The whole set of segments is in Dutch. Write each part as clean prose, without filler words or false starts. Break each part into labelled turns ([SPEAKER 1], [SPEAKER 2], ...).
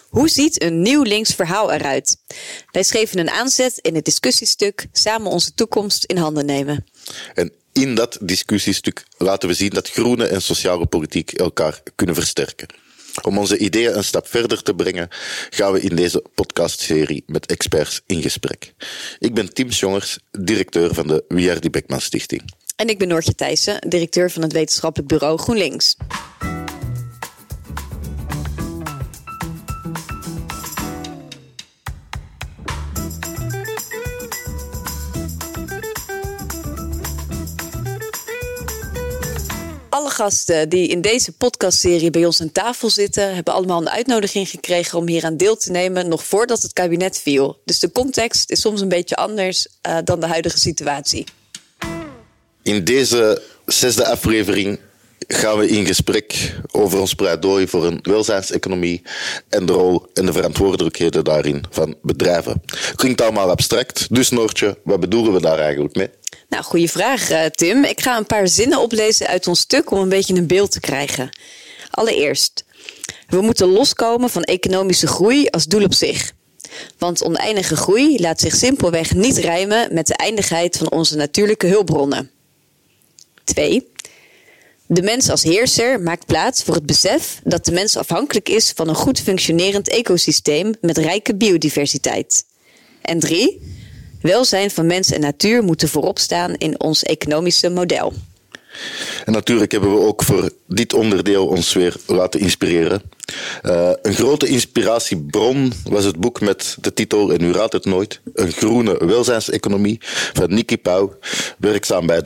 [SPEAKER 1] Hoe ziet een nieuw links verhaal eruit? Wij schreven een aanzet in het discussiestuk Samen onze toekomst in handen nemen.
[SPEAKER 2] En in dat discussiestuk laten we zien dat groene en sociale politiek elkaar kunnen versterken. Om onze ideeën een stap verder te brengen, gaan we in deze podcastserie met experts in gesprek. Ik ben Tim Sjongers, directeur van de Wiardi Beckman Stichting.
[SPEAKER 1] En ik ben Noortje Thijssen, directeur van het wetenschappelijk bureau GroenLinks. Alle gasten die in deze podcastserie bij ons aan tafel zitten, hebben allemaal een uitnodiging gekregen om hier aan deel te nemen, nog voordat het kabinet viel. Dus de context is soms een beetje anders dan de huidige situatie.
[SPEAKER 2] In deze 6e aflevering gaan we in gesprek over ons pleidooi voor een welzijnseconomie en de rol en de verantwoordelijkheden daarin van bedrijven. Klinkt allemaal abstract, dus Noortje, wat bedoelen we daar eigenlijk mee?
[SPEAKER 1] Nou, goede vraag, Tim. Ik ga een paar zinnen oplezen uit ons stuk om een beetje een beeld te krijgen. Allereerst, we moeten loskomen van economische groei als doel op zich. Want oneindige groei laat zich simpelweg niet rijmen met de eindigheid van onze natuurlijke hulpbronnen. 2. De mens als heerser maakt plaats voor het besef dat de mens afhankelijk is van een goed functionerend ecosysteem met rijke biodiversiteit. En 3. Welzijn van mens en natuur moeten voorop staan in ons economische model.
[SPEAKER 2] En natuurlijk hebben we ook voor dit onderdeel ons weer laten inspireren. Een grote inspiratiebron was het boek met de titel, en u raadt het nooit, Een groene welzijnseconomie van Nikki Pauw, werkzaam bij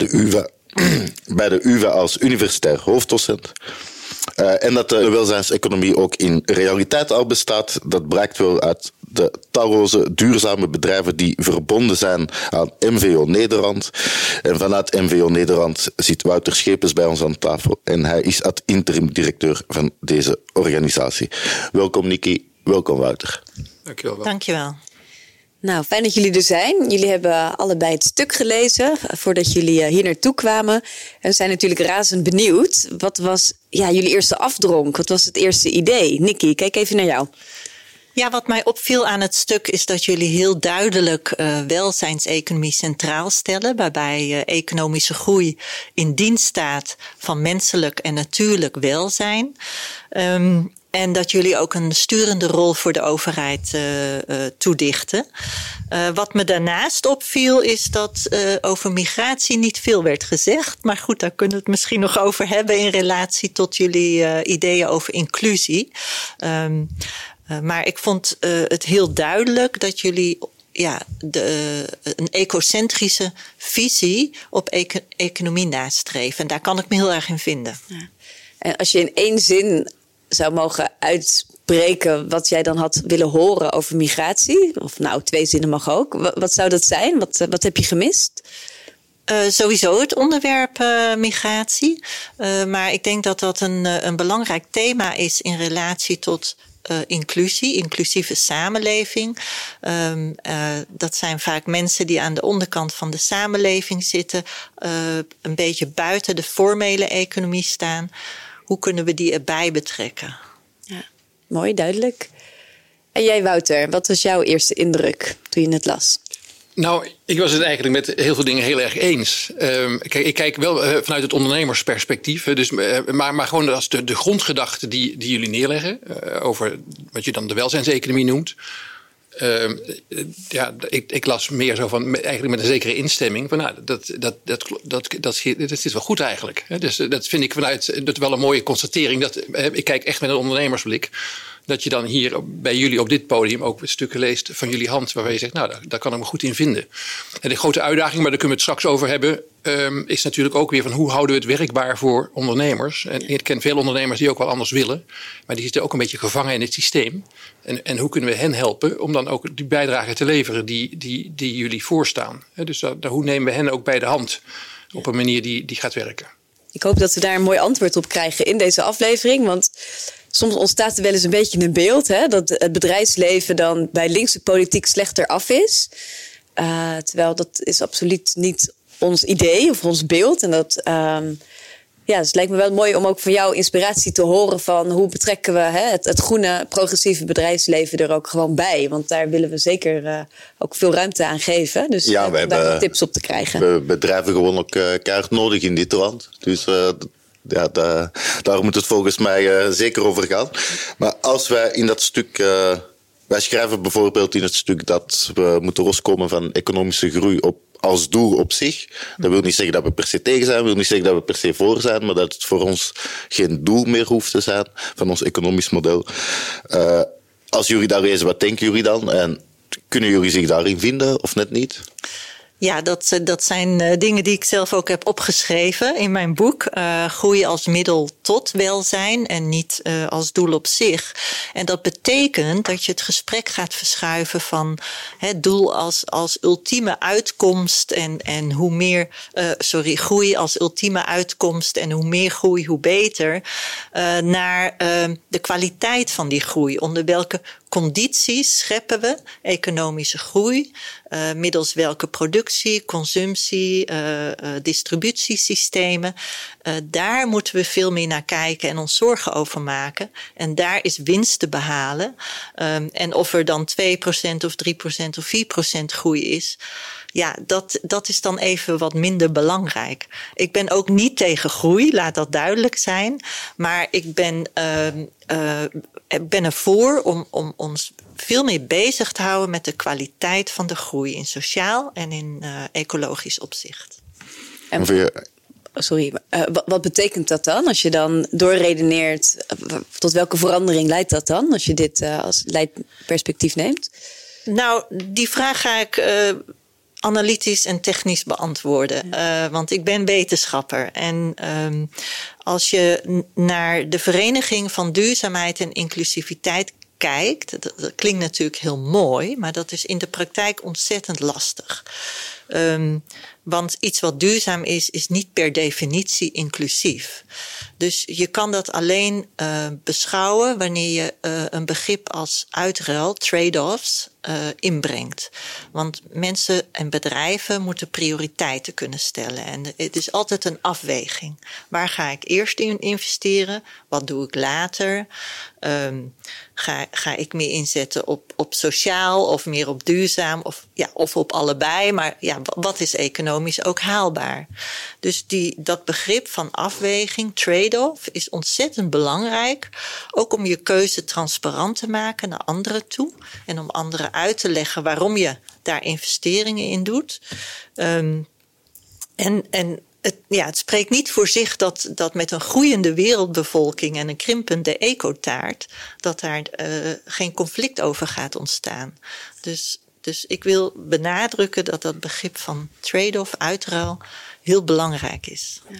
[SPEAKER 2] de UvA als universitair hoofddocent. En dat de welzijnseconomie ook in realiteit al bestaat, dat blijkt wel uit de talloze duurzame bedrijven die verbonden zijn aan MVO Nederland. En vanuit MVO Nederland zit Wouter Schepens bij ons aan tafel. En hij is ad interim directeur van deze organisatie. Welkom Nikki, welkom Wouter.
[SPEAKER 3] Dankjewel.
[SPEAKER 1] Nou, fijn dat jullie er zijn. Jullie hebben allebei het stuk gelezen voordat jullie hier naartoe kwamen. En we zijn natuurlijk razend benieuwd. Wat was jullie eerste afdronk? Wat was het eerste idee? Nikki, kijk even naar jou.
[SPEAKER 3] Ja, wat mij opviel aan het stuk is dat jullie heel duidelijk welzijnseconomie centraal stellen. Waarbij economische groei in dienst staat van menselijk en natuurlijk welzijn. En dat jullie ook een sturende rol voor de overheid toedichten. Wat me daarnaast opviel is dat over migratie niet veel werd gezegd. Maar goed, daar kunnen we het misschien nog over hebben in relatie tot jullie ideeën over inclusie. Maar ik vond het heel duidelijk dat jullie een ecocentrische visie op economie nastreven. En daar kan ik me heel erg in vinden.
[SPEAKER 1] Ja. En als je in 1 zin zou mogen uitspreken wat jij dan had willen horen over migratie, of 2 zinnen mag ook, wat zou dat zijn? Wat heb je gemist?
[SPEAKER 3] Sowieso het onderwerp migratie. Maar ik denk dat dat een belangrijk thema is in relatie tot inclusie, inclusieve samenleving. Dat zijn vaak mensen die aan de onderkant van de samenleving zitten, een beetje buiten de formele economie staan. Hoe kunnen we die erbij betrekken?
[SPEAKER 1] Ja, mooi, duidelijk. En jij, Wouter, wat was jouw eerste indruk toen je het las?
[SPEAKER 4] Nou, ik was het eigenlijk met heel veel dingen heel erg eens. Kijk, ik kijk wel vanuit het ondernemersperspectief. Dus, maar gewoon als de grondgedachte die jullie neerleggen over wat je dan de welzijnseconomie noemt. Ik las meer zo van eigenlijk met een zekere instemming. Van, dat is wel goed eigenlijk. Dus dat vind ik vanuit dat wel een mooie constatering. Ik kijk echt met een ondernemersblik. Dat je dan hier bij jullie op dit podium ook stukken leest van jullie hand. Waarbij je zegt, daar kan ik me goed in vinden. En de grote uitdaging, maar daar kunnen we het straks over hebben. Is natuurlijk ook weer van hoe houden we het werkbaar voor ondernemers. En ik ken veel ondernemers die ook wel anders willen. Maar die zitten ook een beetje gevangen in het systeem. En hoe kunnen we hen helpen om dan ook die bijdrage te leveren die jullie voorstaan. Dus hoe nemen we hen ook bij de hand op een manier die gaat werken.
[SPEAKER 1] Ik hoop dat we daar een mooi antwoord op krijgen in deze aflevering. Want soms ontstaat er wel eens een beetje een beeld, dat het bedrijfsleven dan bij linkse politiek slechter af is. Terwijl dat is absoluut niet ons idee of ons beeld. En dat Ja, dus het lijkt me wel mooi om ook van jou inspiratie te horen van hoe betrekken we het groene, progressieve bedrijfsleven er ook gewoon bij. Want daar willen we zeker ook veel ruimte aan geven. Dus
[SPEAKER 2] ja, we hebben
[SPEAKER 1] daar tips op te krijgen.
[SPEAKER 2] We bedrijven gewoon ook keihard nodig in dit land. Dus daar moet het volgens mij zeker over gaan. Maar als wij in dat stuk... wij schrijven bijvoorbeeld in het stuk dat we moeten loskomen van economische groei als doel op zich. Dat wil niet zeggen dat we per se tegen zijn, dat wil niet zeggen dat we per se voor zijn, maar dat het voor ons geen doel meer hoeft te zijn van ons economisch model. Als jullie dat lezen, wat denken jullie dan? En kunnen jullie zich daarin vinden of net niet?
[SPEAKER 3] Ja, dat zijn dingen die ik zelf ook heb opgeschreven in mijn boek. Groei als middel tot welzijn en niet als doel op zich. En dat betekent dat je het gesprek gaat verschuiven van het doel als ultieme uitkomst en hoe meer, groei als ultieme uitkomst en hoe meer groei, hoe beter. Naar de kwaliteit van die groei. Onder welke condities scheppen we economische groei, middels welke productie, consumptie, distributiesystemen. Daar moeten we veel meer naar kijken en ons zorgen over maken. En daar is winst te behalen. En of er dan 2% of 3% of 4% groei is, ja, dat is dan even wat minder belangrijk. Ik ben ook niet tegen groei, laat dat duidelijk zijn. Maar ik ben ervoor om ons veel meer bezig te houden met de kwaliteit van de groei in sociaal en in ecologisch opzicht.
[SPEAKER 1] Wat betekent dat dan? Als je dan doorredeneert, tot welke verandering leidt dat dan? Als je dit als leidperspectief neemt?
[SPEAKER 3] Nou, die vraag ga ik analytisch en technisch beantwoorden. Want ik ben wetenschapper. En als je naar de Vereniging van Duurzaamheid en Inclusiviteit kijkt, dat klinkt natuurlijk heel mooi, maar dat is in de praktijk ontzettend lastig. Want iets wat duurzaam is niet per definitie inclusief. Dus je kan dat alleen beschouwen wanneer je een begrip als uitruil, trade-offs, inbrengt. Want mensen en bedrijven moeten prioriteiten kunnen stellen. En het is altijd een afweging. Waar ga ik eerst in investeren? Wat doe ik later? Ga ik meer inzetten op sociaal of meer op duurzaam? Of op allebei. Maar ja, wat is economisch ook haalbaar? Dus dat begrip van afweging, trade-off, is ontzettend belangrijk. Ook om je keuze transparant te maken naar anderen toe. En om anderen uit te leggen waarom je daar investeringen in doet. Het spreekt niet voor zich dat met een groeiende wereldbevolking en een krimpende ecotaart, dat daar geen conflict over gaat ontstaan. Dus ik wil benadrukken dat begrip van trade-off, uitruil, heel belangrijk is. Ja.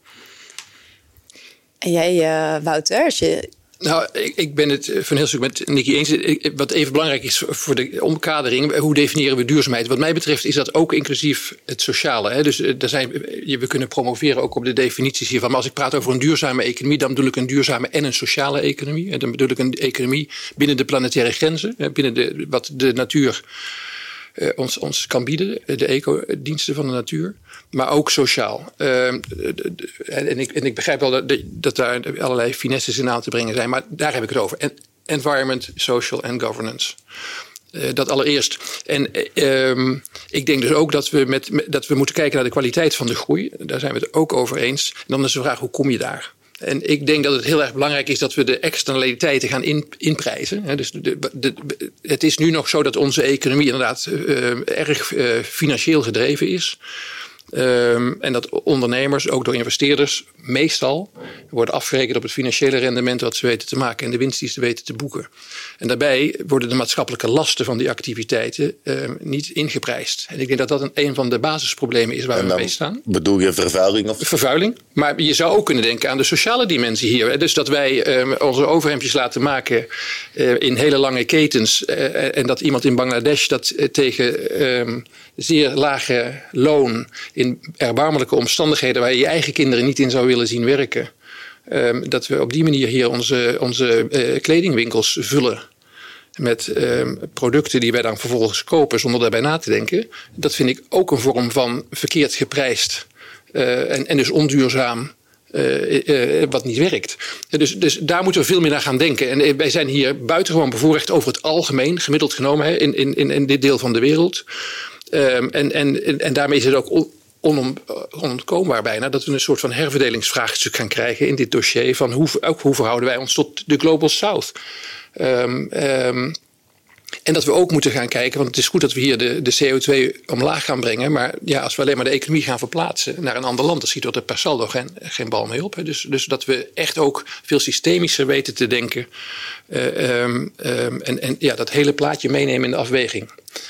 [SPEAKER 1] En jij, Wouter, als je...
[SPEAKER 4] Nou, ik ben het van heel stuk met Nikki eens. Wat even belangrijk is voor de omkadering, hoe definiëren we duurzaamheid? Wat mij betreft is dat ook inclusief het sociale. Hè? Dus we kunnen promoveren ook op de definities hiervan. Maar als ik praat over een duurzame economie, dan bedoel ik een duurzame en een sociale economie. En dan bedoel ik een economie binnen de planetaire grenzen, binnen wat de natuur ons kan bieden, de ecodiensten van de natuur, maar ook sociaal. En ik begrijp wel dat daar allerlei finesses in aan te brengen zijn, maar daar heb ik het over. Environment, social en governance. Dat allereerst. En ik denk dus ook dat we moeten kijken naar de kwaliteit van de groei. Daar zijn we het ook over eens. En dan is de vraag, hoe kom je daar? En ik denk dat het heel erg belangrijk is dat we de externaliteiten gaan inprijzen. Dus het is nu nog zo dat onze economie inderdaad erg financieel gedreven is. En dat ondernemers, ook door investeerders, meestal worden afgerekend op het financiële rendement wat ze weten te maken en de winst die ze weten te boeken. En daarbij worden de maatschappelijke lasten van die activiteiten niet ingeprijsd. En ik denk dat dat een van de basisproblemen is waar we mee staan.
[SPEAKER 2] Bedoel je vervuiling? Of?
[SPEAKER 4] Vervuiling. Maar je zou ook kunnen denken aan de sociale dimensie hier. Dus dat wij onze overhemdjes laten maken in hele lange ketens. En dat iemand in Bangladesh dat tegen zeer lage loon in erbarmelijke omstandigheden waar je je eigen kinderen niet in zou willen zien werken. Dat we op die manier hier onze kledingwinkels vullen met producten die wij dan vervolgens kopen zonder daarbij na te denken. Dat vind ik ook een vorm van verkeerd geprijsd en dus onduurzaam wat niet werkt. Dus daar moeten we veel meer naar gaan denken. En wij zijn hier buitengewoon bevoorrecht over het algemeen, gemiddeld genomen, in dit deel van de wereld. En daarmee is het ook onontkoombaar bijna dat we een soort van herverdelingsvraagstuk gaan krijgen in dit dossier van hoe verhouden wij ons tot de Global South. En dat we ook moeten gaan kijken, want het is goed dat we hier de CO2 omlaag gaan brengen. Maar ja, als we alleen maar de economie gaan verplaatsen naar een ander land, dan schiet er per saldo geen bal mee op. Hè. Dus dat we echt ook veel systemischer weten te denken. En dat hele plaatje meenemen in de afweging.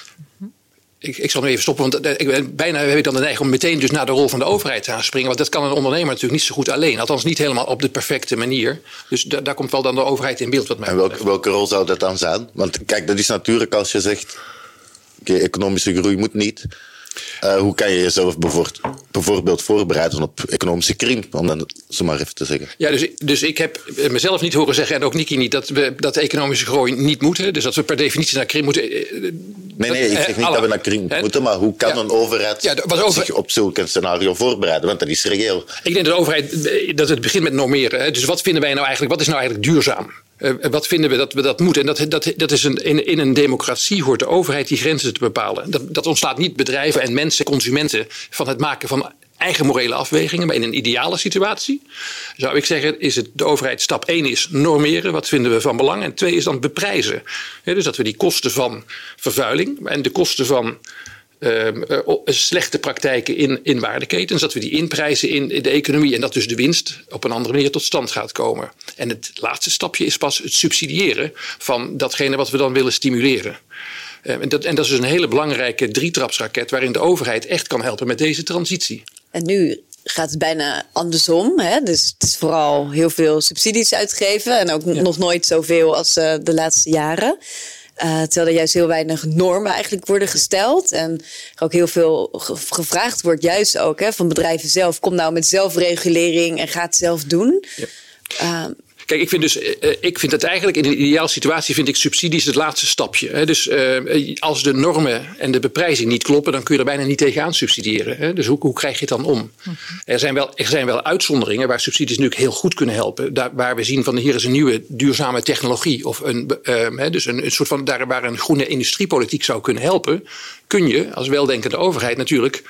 [SPEAKER 4] Ik zal nu even stoppen, want bijna heb ik dan de neiging om meteen dus naar de rol van de overheid te gaan springen. Want dat kan een ondernemer natuurlijk niet zo goed alleen. Althans niet helemaal op de perfecte manier. Dus daar komt wel dan de overheid in beeld. Wat mij
[SPEAKER 2] en welke rol zou dat dan zijn? Want kijk, dat is natuurlijk als je zegt, economische groei moet niet. Hoe kan je jezelf bijvoorbeeld voorbereiden op economische krimp, om dat zo maar even te zeggen?
[SPEAKER 4] Ja, dus ik heb mezelf niet horen zeggen, en ook Nikki niet, dat de economische groei niet moet. Dus dat we per definitie naar krimp moeten.
[SPEAKER 2] Nee, ik zeg niet dat we naar krimp moeten, maar hoe kan een overheid zich op zulk een scenario voorbereiden? Want dat is reëel.
[SPEAKER 4] Ik denk dat de overheid, dat het begint met normeren. Dus wat vinden wij nou eigenlijk, wat is nou eigenlijk duurzaam? Wat vinden we dat we dat moeten? En dat is in een democratie hoort de overheid die grenzen te bepalen. Dat ontslaat niet bedrijven en mensen, consumenten, van het maken van eigen morele afwegingen. Maar in een ideale situatie zou ik zeggen, is het de overheid stap 1 is normeren. Wat vinden we van belang? En 2 is dan beprijzen. Dus dat we die kosten van vervuiling en de kosten van slechte praktijken in waardeketens, dat we die inprijzen in de economie en dat dus de winst op een andere manier tot stand gaat komen. En het laatste stapje is pas het subsidiëren van datgene wat we dan willen stimuleren. En dat is dus een hele belangrijke drietrapsraket waarin de overheid echt kan helpen met deze transitie.
[SPEAKER 1] En nu gaat het bijna andersom. Hè? Dus het is vooral heel veel subsidies uitgeven en ook nog nooit zoveel als de laatste jaren. Terwijl er juist heel weinig normen eigenlijk worden gesteld. En er ook heel veel gevraagd wordt, juist ook van bedrijven zelf. Kom nou met zelfregulering en ga het zelf doen. Ja.
[SPEAKER 4] Kijk, ik vind het eigenlijk in een ideale situatie vind ik subsidies het laatste stapje. Dus als de normen en de beprijzing niet kloppen, dan kun je er bijna niet tegenaan subsidiëren. Dus hoe krijg je het dan om? Er zijn wel uitzonderingen waar subsidies natuurlijk heel goed kunnen helpen. Waar we zien van hier is een nieuwe duurzame technologie of een soort van daar waar een groene industriepolitiek zou kunnen helpen, kun je als weldenkende overheid natuurlijk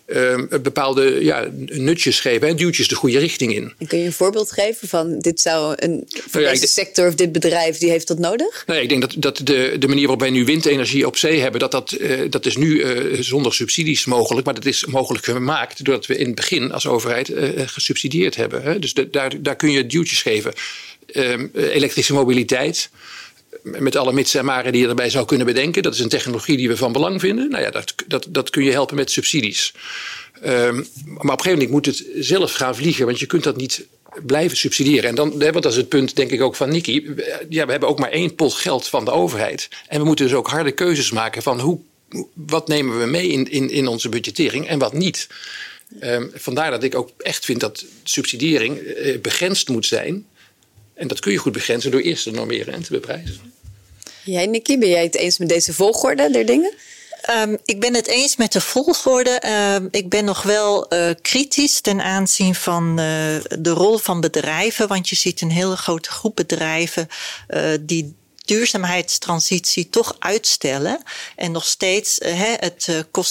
[SPEAKER 4] bepaalde nutjes geven en duwtjes de goede richting in. En
[SPEAKER 1] kun je een voorbeeld geven van dit zou deze sector of dit bedrijf die heeft dat nodig?
[SPEAKER 4] Nou ja, ik denk dat de manier waarop wij nu windenergie op zee hebben, dat is nu zonder subsidies mogelijk, maar dat is mogelijk gemaakt doordat we in het begin als overheid gesubsidieerd hebben. Hè? Dus daar kun je duwtjes geven. Elektrische mobiliteit. Met alle mits en maren die je erbij zou kunnen bedenken. Dat is een technologie die we van belang vinden. Nou ja, dat kun je helpen met subsidies. Maar op een gegeven moment moet het zelf gaan vliegen. Want je kunt dat niet blijven subsidiëren. En dan, want dat is het punt denk ik ook van Nikki. Ja, we hebben ook maar 1 pot geld van de overheid. En we moeten dus ook harde keuzes maken van wat nemen we mee in onze budgettering en wat niet. Vandaar dat ik ook echt vind dat subsidiëring begrensd moet zijn. En dat kun je goed begrenzen door eerst te normeren en te beprijzen.
[SPEAKER 1] Jij, Nikki, ben jij het eens met deze volgorde der dingen?
[SPEAKER 3] Ik ben het eens met de volgorde. Ik ben nog wel kritisch ten aanzien van de rol van bedrijven. Want je ziet een hele grote groep bedrijven die duurzaamheidstransitie toch uitstellen en nog steeds het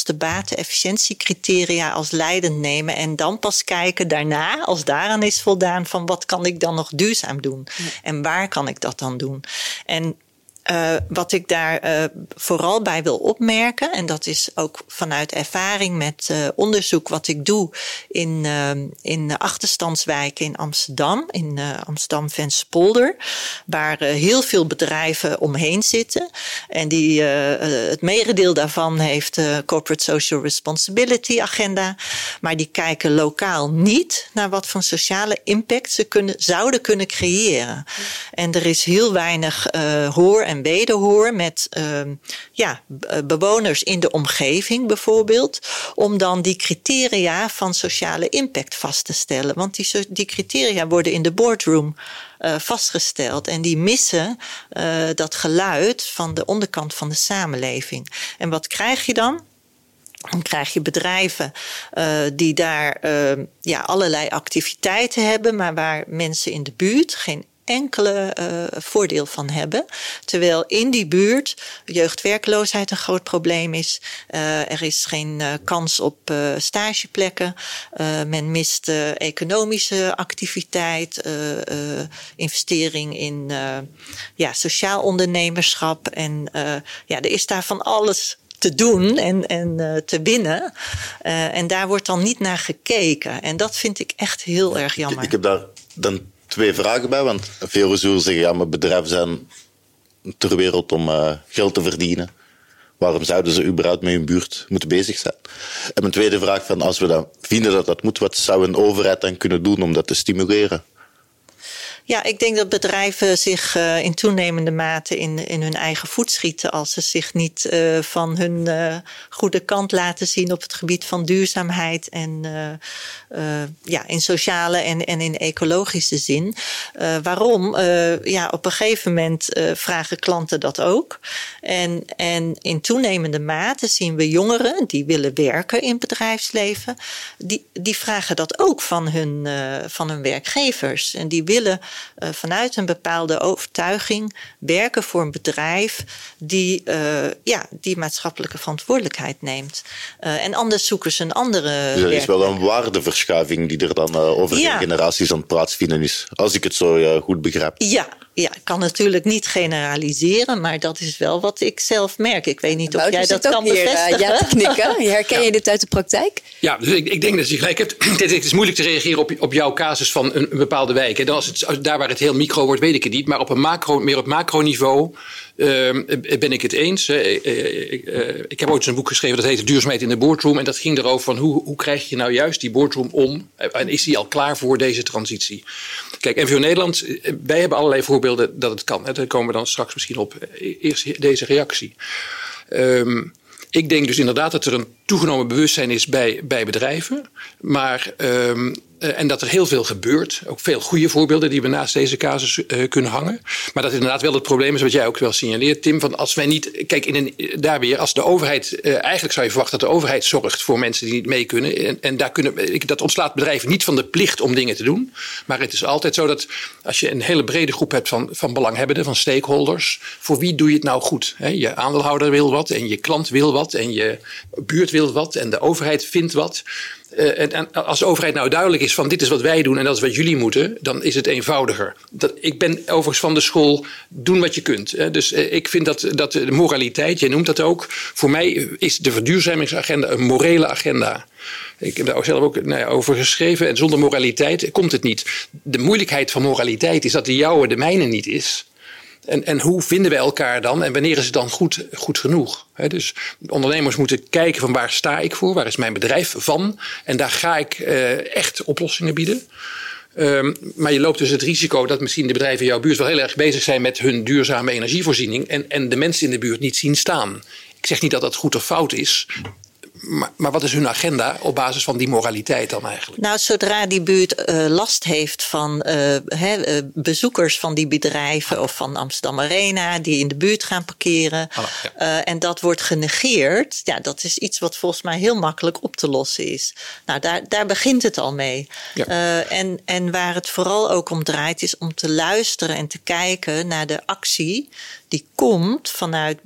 [SPEAKER 3] kosten-baten-efficiëntiecriteria als leidend nemen en dan pas kijken daarna, als daaraan is voldaan, van wat kan ik dan nog duurzaam doen? Ja. En waar kan ik dat dan doen? En wat ik daar vooral bij wil opmerken, en dat is ook vanuit ervaring met onderzoek wat ik doe in achterstandswijken in Amsterdam, in Amsterdam-Venspolder, waar heel veel bedrijven omheen zitten. En die het merendeel daarvan heeft Corporate Social Responsibility agenda, maar die kijken lokaal niet naar wat voor sociale impact ze zouden kunnen creëren. En er is heel weinig hoor en wederhoor met bewoners in de omgeving bijvoorbeeld, om dan die criteria van sociale impact vast te stellen. Want die criteria worden in de boardroom vastgesteld en die missen dat geluid van de onderkant van de samenleving. En wat krijg je dan? Dan krijg je bedrijven die daar allerlei activiteiten hebben, maar waar mensen in de buurt geen enkele voordeel van hebben. Terwijl in die buurt jeugdwerkloosheid een groot probleem is. Er is geen kans op stageplekken. Men mist economische activiteit, investering in sociaal ondernemerschap. En er is daar van alles te doen en te winnen. En daar wordt dan niet naar gekeken. En dat vind ik echt heel erg jammer.
[SPEAKER 2] Ik heb daar dan 2 vragen bij, want veel zullen zeggen, maar bedrijven zijn ter wereld om geld te verdienen. Waarom zouden ze überhaupt met hun buurt moeten bezig zijn? En mijn tweede vraag, van als we dan vinden dat dat moet, wat zou een overheid dan kunnen doen om dat te stimuleren?
[SPEAKER 3] Ja, ik denk dat bedrijven zich in toenemende mate in hun eigen voet schieten als ze zich niet van hun goede kant laten zien op het gebied van duurzaamheid en in sociale en in ecologische zin. Waarom? Op een gegeven moment vragen klanten dat ook. En in toenemende mate zien we jongeren die willen werken in bedrijfsleven, die vragen dat ook van hun werkgevers. En die willen vanuit een bepaalde overtuiging werken voor een bedrijf die maatschappelijke verantwoordelijkheid neemt. En anders zoeken ze een andere
[SPEAKER 2] Dus er is wel een waardeverschuiving die er dan over de generaties aan het plaatsvinden is. Als ik het zo goed begrijp.
[SPEAKER 3] Ja, ik kan natuurlijk niet generaliseren, maar dat is wel wat ik zelf merk. Ik weet niet of jij dat kan bevestigen.
[SPEAKER 1] Ja, te knikken. Herken je dit uit de praktijk?
[SPEAKER 4] Ja, dus ik denk dat je gelijk hebt. Het is moeilijk te reageren op jouw casus van een bepaalde wijk. En daar waar het heel micro wordt, weet ik het niet. Maar meer op macroniveau ben ik het eens. Ik heb ooit een boek geschreven dat heette Duurzaamheid in de Boardroom. En dat ging erover van hoe krijg je nou juist die boardroom om? En is die al klaar voor deze transitie? Kijk, NVO Nederland, wij hebben allerlei voorbeelden dat het kan. Daar komen we dan straks misschien op. Eerst deze reactie. Ik denk dus inderdaad dat er een toegenomen bewustzijn is bij bedrijven. Maar, en dat er heel veel gebeurt. Ook veel goede voorbeelden die we naast deze casus kunnen hangen. Maar dat inderdaad wel het probleem is wat jij ook wel signaleert, Tim. Van als wij niet. Kijk, daar weer, als de overheid. Eigenlijk zou je verwachten dat de overheid zorgt voor mensen die niet mee kunnen. En dat ontslaat bedrijven niet van de plicht om dingen te doen. Maar het is altijd zo dat als je een hele brede groep hebt van belanghebbenden, van stakeholders. Voor wie doe je het nou goed? Je aandeelhouder wil wat en je klant wil wat en je buurt wil wat en de overheid vindt wat. En als de overheid nou duidelijk is van dit is wat wij doen en dat is wat jullie moeten, dan is het eenvoudiger. Ik ben overigens van de school doen wat je kunt. Dus ik vind dat de moraliteit, jij noemt dat ook, voor mij is de verduurzamingsagenda een morele agenda. Ik heb daar zelf ook over geschreven en zonder moraliteit komt het niet. De moeilijkheid van moraliteit is dat de jouwe de mijne niet is. En hoe vinden we elkaar dan? En wanneer is het dan goed genoeg? Dus ondernemers moeten kijken van waar sta ik voor? Waar is mijn bedrijf van? En daar ga ik echt oplossingen bieden. Maar je loopt dus het risico dat misschien de bedrijven in jouw buurt wel heel erg bezig zijn met hun duurzame energievoorziening. En de mensen in de buurt niet zien staan. Ik zeg niet dat dat goed of fout is. Maar wat is hun agenda op basis van die moraliteit dan eigenlijk?
[SPEAKER 3] Nou, zodra die buurt last heeft van bezoekers van die bedrijven of van Amsterdam Arena die in de buurt gaan parkeren en dat wordt genegeerd, dat is iets wat volgens mij heel makkelijk op te lossen is. Nou, daar begint het al mee. Ja. En waar het vooral ook om draait is om te luisteren en te kijken naar de actie die komt vanuit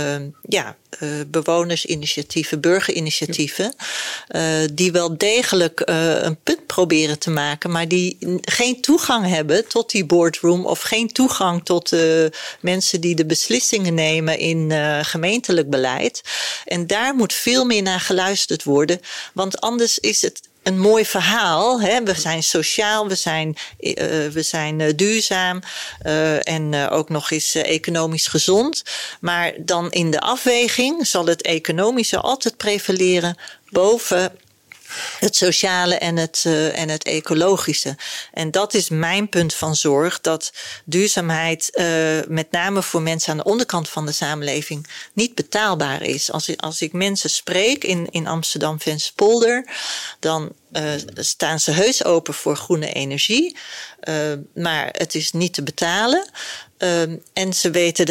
[SPEAKER 3] bewonersinitiatieven, burgerinitiatieven, die wel degelijk een punt proberen te maken, maar die geen toegang hebben tot die boardroom of geen toegang tot mensen die de beslissingen nemen in gemeentelijk beleid. En daar moet veel meer naar geluisterd worden, want anders is het een mooi verhaal. Hè? We zijn sociaal, we zijn duurzaam en ook nog eens economisch gezond. Maar dan in de afweging zal het economische altijd prevaleren boven het sociale en het ecologische. En dat is mijn punt van zorg, dat duurzaamheid met name voor mensen aan de onderkant van de samenleving niet betaalbaar is. Als ik mensen spreek in Amsterdam-Venspolder, dan staan ze heus open voor groene energie, maar het is niet te betalen. En ze weten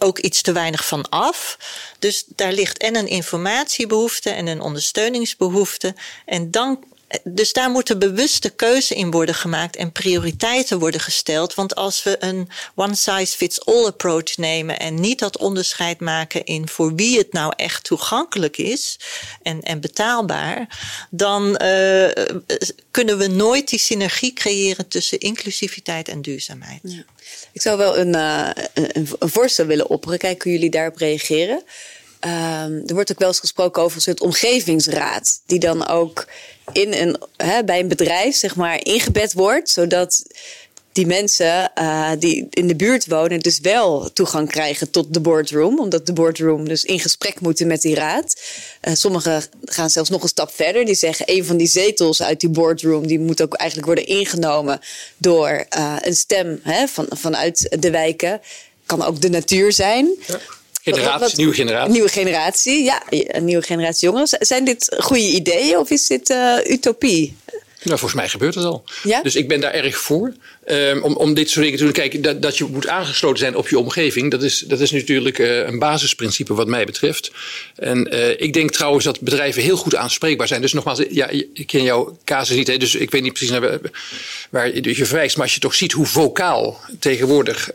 [SPEAKER 3] ook iets te weinig van af. Dus daar ligt en een informatiebehoefte en een ondersteuningsbehoefte. En dus daar moet een bewuste keuze in worden gemaakt en prioriteiten worden gesteld. Want als we een one-size-fits-all approach nemen en niet dat onderscheid maken in voor wie het nou echt toegankelijk is en betaalbaar, dan kunnen we nooit die synergie creëren tussen inclusiviteit en duurzaamheid.
[SPEAKER 1] Ja. Ik zou wel een voorstel willen opperen. Kijken hoe jullie daarop reageren. Er wordt ook wel eens gesproken over een soort omgevingsraad, die dan ook bij een bedrijf zeg maar ingebed wordt, zodat die mensen die in de buurt wonen dus wel toegang krijgen tot de boardroom, omdat de boardroom dus in gesprek moeten met die raad. Sommigen gaan zelfs nog een stap verder. Die zeggen een van die zetels uit die boardroom die moet ook eigenlijk worden ingenomen door een stem vanuit de wijken. Kan ook de natuur zijn. Ja.
[SPEAKER 4] Nieuwe generatie.
[SPEAKER 1] Nieuwe generatie, ja. Een nieuwe generatie jongeren. Zijn dit goede ideeën of is dit utopie?
[SPEAKER 4] Nou, volgens mij gebeurt het al.
[SPEAKER 1] Ja?
[SPEAKER 4] Dus ik ben daar erg voor. Om dit soort dingen te doen. Kijk, dat je moet aangesloten zijn op je omgeving. Dat is natuurlijk een basisprincipe wat mij betreft. En ik denk trouwens dat bedrijven heel goed aanspreekbaar zijn. Dus nogmaals, ja, ik ken jouw casus niet. Hè, dus ik weet niet precies naar waar je verwijst. Maar als je toch ziet hoe vocaal tegenwoordig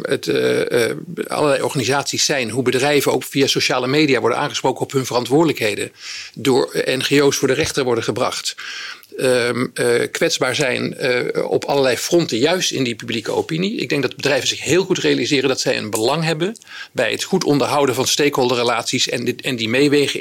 [SPEAKER 4] allerlei organisaties zijn. Hoe bedrijven ook via sociale media worden aangesproken op hun verantwoordelijkheden. Door NGO's voor de rechter worden gebracht. Kwetsbaar zijn op allerlei fronten, juist in die publieke opinie. Ik denk dat bedrijven zich heel goed realiseren dat zij een belang hebben bij het goed onderhouden van stakeholderrelaties en die meewegen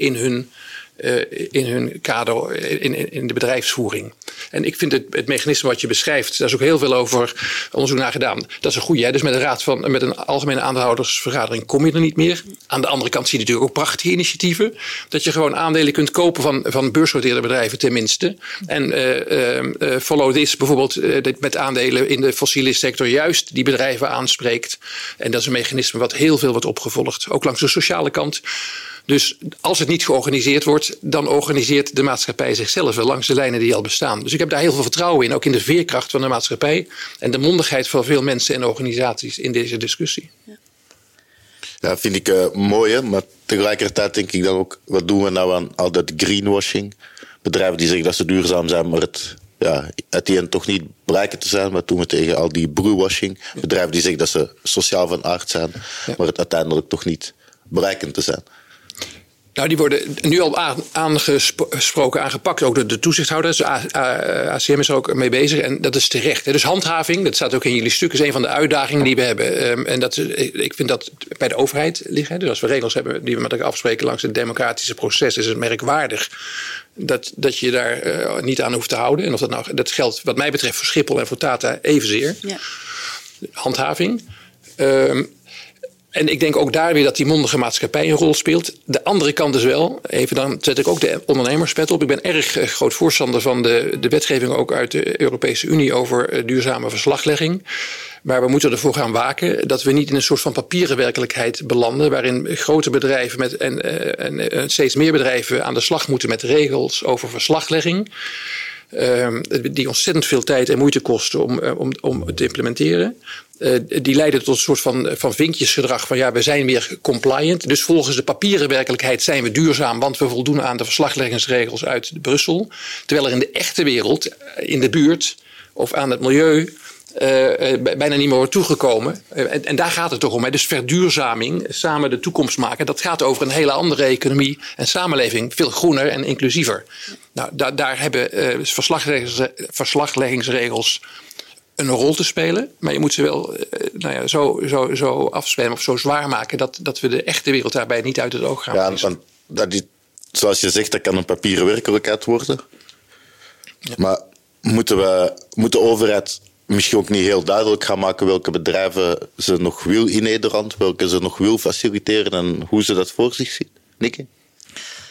[SPEAKER 4] in hun kader, in de bedrijfsvoering. En ik vind het mechanisme wat je beschrijft, daar is ook heel veel over onderzoek naar gedaan. Dat is een goede. Dus met een algemene aandeelhoudersvergadering kom je er niet meer. Aan de andere kant zie je natuurlijk ook prachtige initiatieven. Dat je gewoon aandelen kunt kopen van beursgenoteerde bedrijven tenminste. En Follow This bijvoorbeeld met aandelen in de fossiele sector juist die bedrijven aanspreekt. En dat is een mechanisme wat heel veel wordt opgevolgd. Ook langs de sociale kant. Dus als het niet georganiseerd wordt, dan organiseert de maatschappij zichzelf wel langs de lijnen die al bestaan. Dus ik heb daar heel veel vertrouwen in, ook in de veerkracht van de maatschappij en de mondigheid van veel mensen en organisaties in deze discussie.
[SPEAKER 2] Ja, vind ik mooi, hè? Maar tegelijkertijd denk ik dan ook, wat doen we nou aan al dat greenwashing? Bedrijven die zeggen dat ze duurzaam zijn, maar het at die end toch niet blijken te zijn. Wat doen we tegen al die bluewashing? Bedrijven die zeggen dat ze sociaal van aard zijn, maar het uiteindelijk toch niet bereiken te zijn.
[SPEAKER 4] Nou, die worden nu al aangesproken, aangepakt. Ook de toezichthouders. ACM is er ook mee bezig. En dat is terecht. Dus handhaving, dat staat ook in jullie stuk, is een van de uitdagingen die we hebben. En ik vind dat bij de overheid liggen. Dus als we regels hebben die we met elkaar afspreken langs het democratische proces, is het merkwaardig dat je daar niet aan hoeft te houden. En of dat geldt wat mij betreft voor Schiphol en voor Tata evenzeer. Ja. Handhaving. En ik denk ook daar weer dat die mondige maatschappij een rol speelt. De andere kant is wel, even dan zet ik ook de ondernemerspet op. Ik ben erg groot voorstander van de wetgeving ook uit de Europese Unie over duurzame verslaglegging. Maar we moeten ervoor gaan waken dat we niet in een soort van papieren werkelijkheid belanden, waarin grote bedrijven en steeds meer bedrijven aan de slag moeten met regels over verslaglegging. Die ontzettend veel tijd en moeite kosten om te implementeren. Die leiden tot een soort van vinkjesgedrag van we zijn weer compliant. Dus volgens de papieren werkelijkheid zijn we duurzaam, want we voldoen aan de verslagleggingsregels uit Brussel. Terwijl er in de echte wereld, in de buurt of aan het milieu bijna niet meer wordt toegekomen. En daar gaat het toch om. Hè? Dus verduurzaming, samen de toekomst maken, dat gaat over een hele andere economie en samenleving. Veel groener en inclusiever. Nou, daar hebben verslagleggingsregels een rol te spelen. Maar je moet ze wel zo afspelen of zo zwaar maken dat we de echte wereld daarbij niet uit het oog gaan verliezen.
[SPEAKER 2] Want zoals je zegt, dat kan een papieren werkelijkheid worden. Ja. Maar moet de overheid misschien ook niet heel duidelijk gaan maken welke bedrijven ze nog wil in Nederland, welke ze nog wil faciliteren en hoe ze dat voor zich zien? Nikke?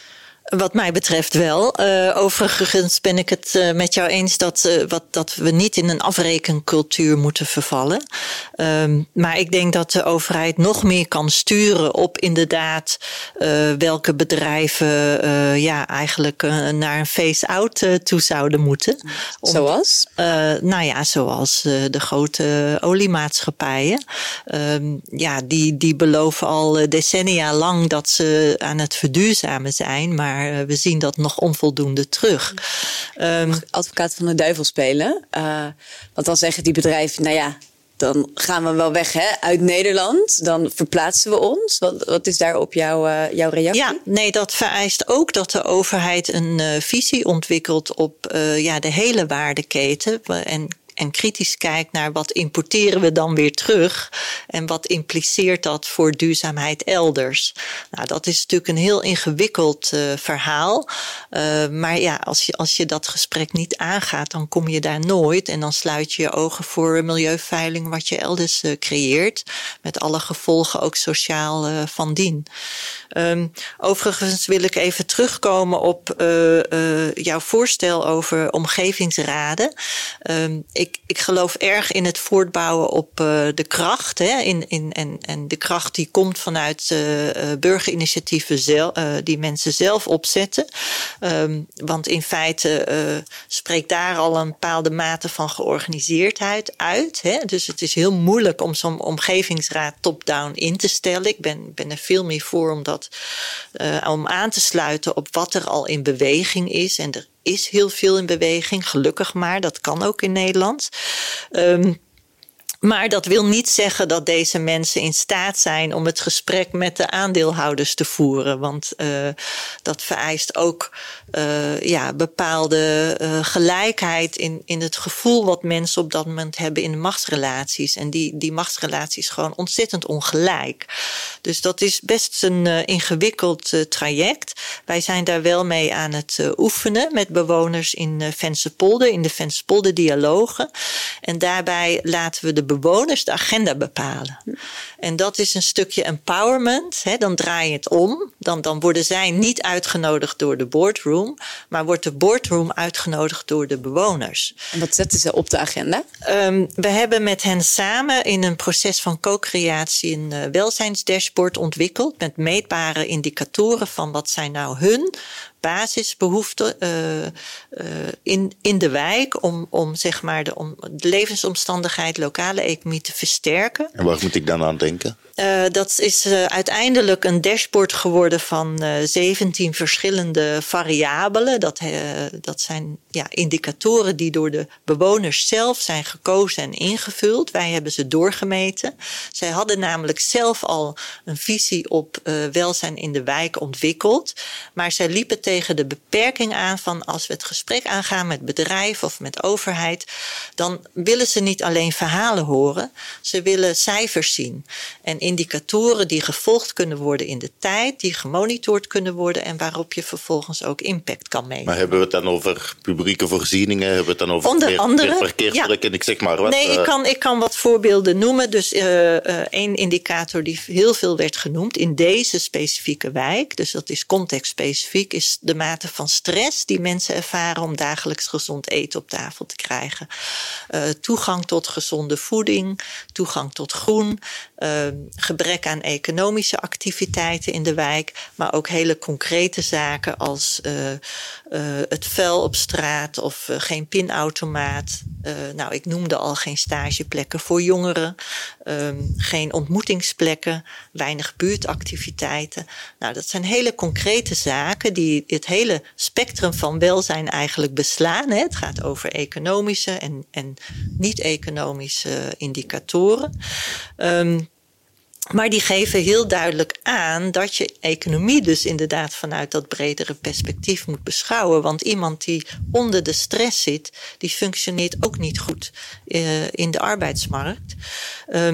[SPEAKER 3] Wat mij betreft wel. Overigens ben ik het met jou eens dat we niet in een afrekencultuur moeten vervallen. Maar ik denk dat de overheid nog meer kan sturen op inderdaad welke bedrijven eigenlijk naar een phase-out toe zouden moeten.
[SPEAKER 1] Zoals?
[SPEAKER 3] Zoals de grote oliemaatschappijen. Die beloven al decennia lang dat ze aan het verduurzamen zijn, maar we zien dat nog onvoldoende terug.
[SPEAKER 1] Advocaat van de duivel spelen. Want dan zeggen die bedrijven, dan gaan we wel weg uit Nederland. Dan verplaatsen we ons. Wat is daarop jouw reactie?
[SPEAKER 3] Ja, nee, dat vereist ook dat de overheid een visie ontwikkelt op de hele waardeketen. En kritisch kijkt naar wat importeren we dan weer terug. En wat impliceert dat voor duurzaamheid elders. Nou, dat is natuurlijk een heel ingewikkeld verhaal. Maar als je dat gesprek niet aangaat, dan kom je daar nooit. En dan sluit je je ogen voor milieuveiling wat je elders creëert. Met alle gevolgen ook sociaal van dien. Overigens wil ik even terugkomen op jouw voorstel over omgevingsraden. Ik geloof erg in het voortbouwen op de kracht. En de kracht die komt vanuit burgerinitiatieven die mensen zelf opzetten. Want in feite spreekt daar al een bepaalde mate van georganiseerdheid uit. Dus het is heel moeilijk om zo'n omgevingsraad top-down in te stellen. Ik ben er veel meer voor om aan te sluiten op wat er al in beweging is. En er is heel veel in beweging, gelukkig maar. Dat kan ook in Nederland. Maar dat wil niet zeggen dat deze mensen in staat zijn om het gesprek met de aandeelhouders te voeren. Want dat vereist ook bepaalde gelijkheid in het gevoel wat mensen op dat moment hebben in de machtsrelaties. En die machtsrelaties gewoon ontzettend ongelijk. Dus dat is best een ingewikkeld traject. Wij zijn daar wel mee aan het oefenen met bewoners in Vensterpolder, in de Vensterpolder dialogen. En daarbij laten we de bewoners de agenda bepalen. En dat is een stukje empowerment. Dan draai je het om. Dan worden zij niet uitgenodigd door de boardroom, maar wordt de boardroom uitgenodigd door de bewoners.
[SPEAKER 1] En wat zetten ze op de agenda?
[SPEAKER 3] We hebben met hen samen in een proces van co-creatie een welzijnsdashboard ontwikkeld met meetbare indicatoren van wat zijn nou hun basisbehoeften in de wijk om zeg maar de levensomstandigheid, lokale economie te versterken.
[SPEAKER 2] En waar moet ik dan aan denken?
[SPEAKER 3] Dat is uiteindelijk een dashboard geworden van 17 verschillende variabelen. Dat zijn indicatoren die door de bewoners zelf zijn gekozen en ingevuld. Wij hebben ze doorgemeten. Zij hadden namelijk zelf al een visie op welzijn in de wijk ontwikkeld. Maar zij liepen tegen de beperking aan van als we het gesprek aangaan met bedrijf of met overheid, dan willen ze niet alleen verhalen horen. Ze willen cijfers zien. En indicatoren die gevolgd kunnen worden in de tijd, die gemonitord kunnen worden en waarop je vervolgens ook impact kan meten.
[SPEAKER 2] Maar hebben we het dan over publieke voorzieningen? Hebben we het dan over
[SPEAKER 3] onder andere
[SPEAKER 2] parkeerplekken? Ik zeg maar wat.
[SPEAKER 3] Nee, ik kan wat voorbeelden noemen. Dus één indicator die heel veel werd genoemd in deze specifieke wijk, dus dat is contextspecifiek, is de mate van stress die mensen ervaren om dagelijks gezond eten op tafel te krijgen. Toegang tot gezonde voeding, toegang tot groen, gebrek aan economische activiteiten in de wijk, maar ook hele concrete zaken als het vuil op straat of geen pinautomaat. Ik noemde al geen stageplekken voor jongeren, geen ontmoetingsplekken, weinig buurtactiviteiten. Nou, dat zijn hele concrete zaken die het hele spectrum van welzijn eigenlijk beslaan. Het gaat over economische en niet-economische indicatoren. Maar die geven heel duidelijk aan dat je economie dus inderdaad vanuit dat bredere perspectief moet beschouwen. Want iemand die onder de stress zit, die functioneert ook niet goed in de arbeidsmarkt.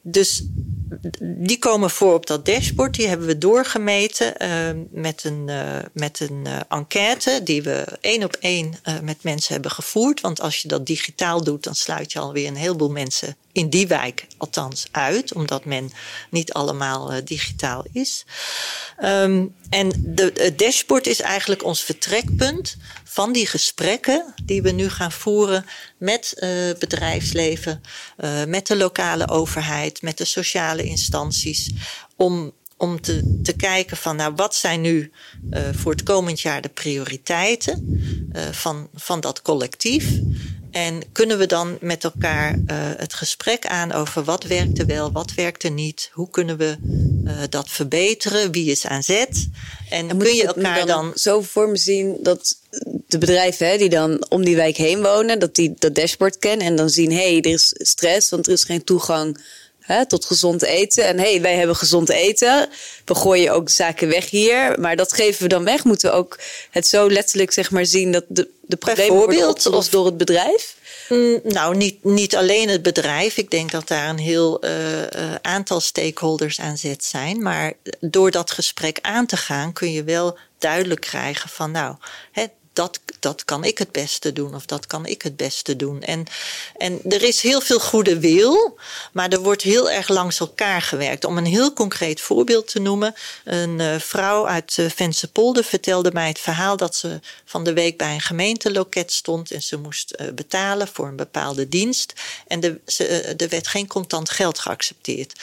[SPEAKER 3] Dus die komen voor op dat dashboard. Die hebben we doorgemeten met een enquête die we 1-op-1 met mensen hebben gevoerd. Want als je dat digitaal doet, dan sluit je alweer een heleboel mensen in die wijk althans uit. Omdat men niet allemaal digitaal is. En het dashboard is eigenlijk ons vertrekpunt van die gesprekken die we nu gaan voeren met bedrijfsleven, met de lokale overheid, met de sociale instanties, om te kijken van nou, wat zijn nu voor het komend jaar de prioriteiten van dat collectief. En kunnen we dan met elkaar het gesprek aan over wat werkte wel, wat werkte niet, hoe kunnen we dat verbeteren, wie is aan zet. En kun je elkaar dan
[SPEAKER 1] zo voor me zien dat de bedrijven die dan om die wijk heen wonen, dat die dat dashboard kennen en dan zien, er is stress, want er is geen toegang tot gezond eten. En wij hebben gezond eten. We gooien ook zaken weg hier. Maar dat geven we dan weg. Moeten we ook het zo letterlijk zien dat de problemen worden opgelost door het bedrijf?
[SPEAKER 3] Nou, niet alleen het bedrijf. Ik denk dat daar een heel aantal stakeholders aan zet zijn. Maar door dat gesprek aan te gaan kun je wel duidelijk krijgen van nou, dat kan ik het beste doen of dat kan ik het beste doen. En er is heel veel goede wil, maar er wordt heel erg langs elkaar gewerkt. Om een heel concreet voorbeeld te noemen. Een vrouw uit Venssepolder vertelde mij het verhaal dat ze van de week bij een gemeenteloket stond en ze moest betalen voor een bepaalde dienst. En er werd geen contant geld geaccepteerd.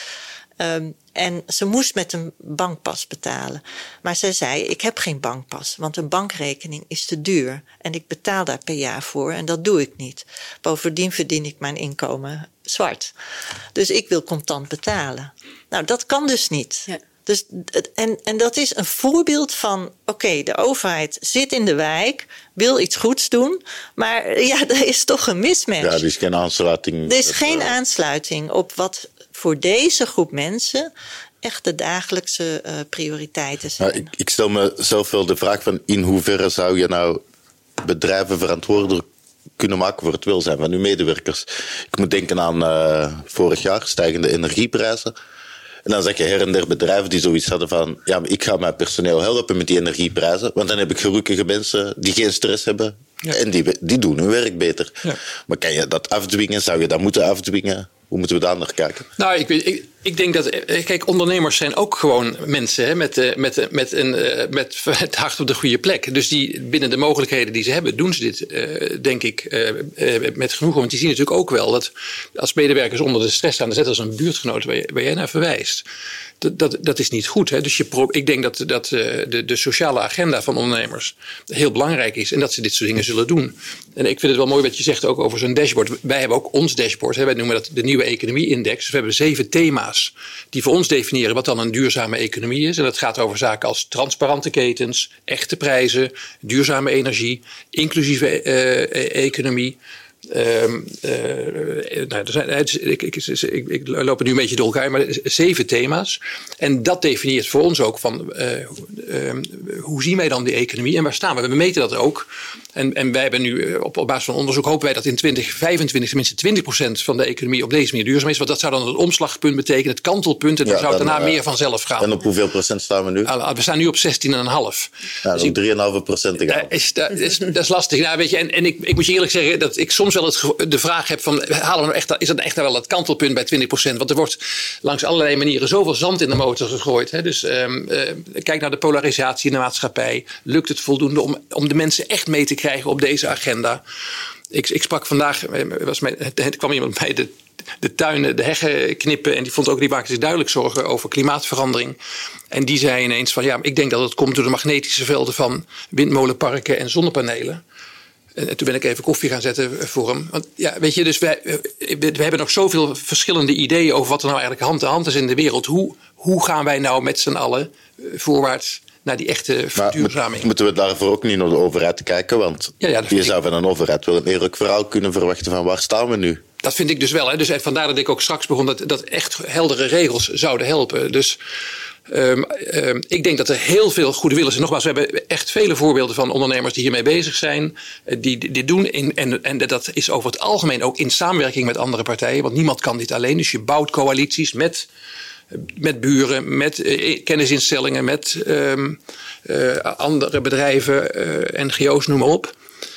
[SPEAKER 3] En ze moest met een bankpas betalen. Maar zij zei, ik heb geen bankpas, want een bankrekening is te duur. En ik betaal daar per jaar voor en dat doe ik niet. Bovendien verdien ik mijn inkomen zwart. Dus ik wil contant betalen. Nou, dat kan dus niet. Ja. Dus, en dat is een voorbeeld van, de overheid zit in de wijk, wil iets goeds doen, maar er is toch een mismatch.
[SPEAKER 2] Ja, er is geen aansluiting.
[SPEAKER 3] Er is geen aansluiting op wat voor deze groep mensen echt de dagelijkse prioriteiten zijn.
[SPEAKER 2] Nou, ik stel mezelf wel de vraag van in hoeverre zou je nou bedrijven verantwoordelijk kunnen maken voor het welzijn van uw medewerkers. Ik moet denken aan vorig jaar stijgende energieprijzen. En dan zeg je her en der bedrijven die zoiets hadden van ja, maar ik ga mijn personeel helpen met die energieprijzen, want dan heb ik gelukkige mensen die geen stress hebben. Ja. En die doen hun werk beter. Ja. Maar kan je dat afdwingen? Zou je dat moeten afdwingen? Hoe moeten we daar naar kijken?
[SPEAKER 4] Nou, ik denk dat... Kijk, ondernemers zijn ook gewoon mensen met het hart op de goede plek. Dus die binnen de mogelijkheden die ze hebben, doen ze dit, denk ik, met genoegen. Want die zien natuurlijk ook wel dat als medewerkers onder de stress staan, net als een buurtgenoot waar jij naar verwijst, dat is niet goed. Hè? Dus ik denk dat de sociale agenda van ondernemers heel belangrijk is en dat ze dit soort dingen zullen doen. En ik vind het wel mooi wat je zegt ook over zo'n dashboard. Wij hebben ook ons dashboard. Hè? Wij noemen dat de nieuwe economie-index. Dus we hebben 7 thema's die voor ons definiëren wat dan een duurzame economie is. En dat gaat over zaken als transparante ketens, echte prijzen, duurzame energie, inclusieve economie. Ik loop er nu een beetje door elkaar, maar 7 thema's. En dat definieert voor ons ook van hoe zien wij dan die economie en waar staan we? We meten dat ook. En wij hebben nu op basis van onderzoek hopen wij dat in 2025 tenminste 20% van de economie op deze manier duurzaam is. Want dat zou dan het omslagpunt betekenen, het kantelpunt. En dan zou het daarna meer vanzelf gaan.
[SPEAKER 2] En op hoeveel procent staan we nu?
[SPEAKER 4] We staan nu op 16,5.
[SPEAKER 2] Ja, dus 3,5% te gaan.
[SPEAKER 4] Dat is lastig. Nou, weet je, en ik moet je eerlijk zeggen dat ik soms wel de vraag heb van, halen we nou echt, is dat echt wel het kantelpunt bij 20%? Want er wordt langs allerlei manieren zoveel zand in de motor gegooid. Hè? Dus kijk naar de polarisatie in de maatschappij. Lukt het voldoende om de mensen echt mee te krijgen op deze agenda? Ik sprak vandaag, het kwam iemand bij de tuinen, de heggen knippen. En die maakte zich duidelijk zorgen over klimaatverandering. En die zei ineens van, ik denk dat het komt door de magnetische velden van windmolenparken en zonnepanelen. En toen ben ik even koffie gaan zetten voor hem. Want weet je, dus we hebben nog zoveel verschillende ideeën over wat er nou eigenlijk hand in hand is in de wereld. Hoe gaan wij nou met z'n allen voorwaarts naar die echte verduurzaming?
[SPEAKER 2] Moeten we daarvoor ook niet naar de overheid kijken? Want je zou van een overheid wel een eerlijk verhaal kunnen verwachten van waar staan we nu?
[SPEAKER 4] Dat vind ik dus wel. Hè. Dus vandaar dat ik ook straks begon dat echt heldere regels zouden helpen. Dus Ik denk dat er heel veel goede wil is. En nogmaals, we hebben echt vele voorbeelden van ondernemers die hiermee bezig zijn. Die dit doen. En dat is over het algemeen ook in samenwerking met andere partijen. Want niemand kan dit alleen. Dus je bouwt coalities met buren, met kennisinstellingen, met andere bedrijven, NGO's, noem maar op.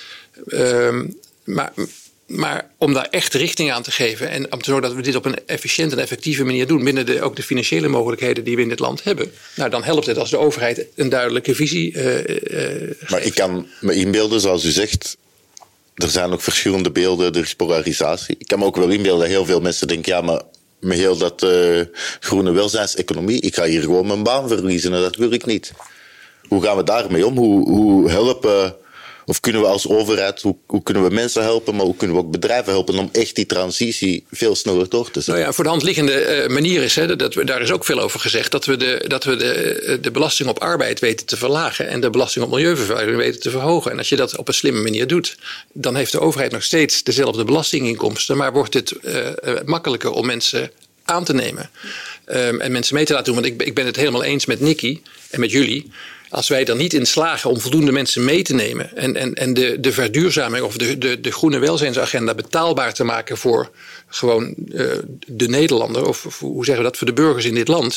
[SPEAKER 4] Maar om daar echt richting aan te geven en om te zorgen dat we dit op een efficiënte en effectieve manier doen binnen ook de financiële mogelijkheden die we in dit land hebben. Nou, dan helpt het als de overheid een duidelijke visie
[SPEAKER 2] Maar ik kan me inbeelden, zoals u zegt, er zijn ook verschillende beelden, er is polarisatie. Ik kan me ook wel inbeelden dat heel veel mensen denken, ja, maar met heel dat groene welzijnseconomie, ik ga hier gewoon mijn baan verliezen en dat wil ik niet. Hoe gaan we daarmee om? Hoe helpen, of kunnen we als overheid, hoe kunnen we mensen helpen, maar hoe kunnen we ook bedrijven helpen om echt die transitie veel sneller door te zetten?
[SPEAKER 4] Nou ja, voor de hand liggende manier is, daar is ook veel over gezegd, dat we de belasting op arbeid weten te verlagen en de belasting op milieuvervuiling weten te verhogen. En als je dat op een slimme manier doet, dan heeft de overheid nog steeds dezelfde belastinginkomsten, maar wordt het makkelijker om mensen aan te nemen en mensen mee te laten doen. Want ik ben het helemaal eens met Nikki en met jullie. Als wij er niet in slagen om voldoende mensen mee te nemen en de verduurzaming of de groene welzijnsagenda betaalbaar te maken voor gewoon de Nederlander, of hoe zeggen we dat, voor de burgers in dit land,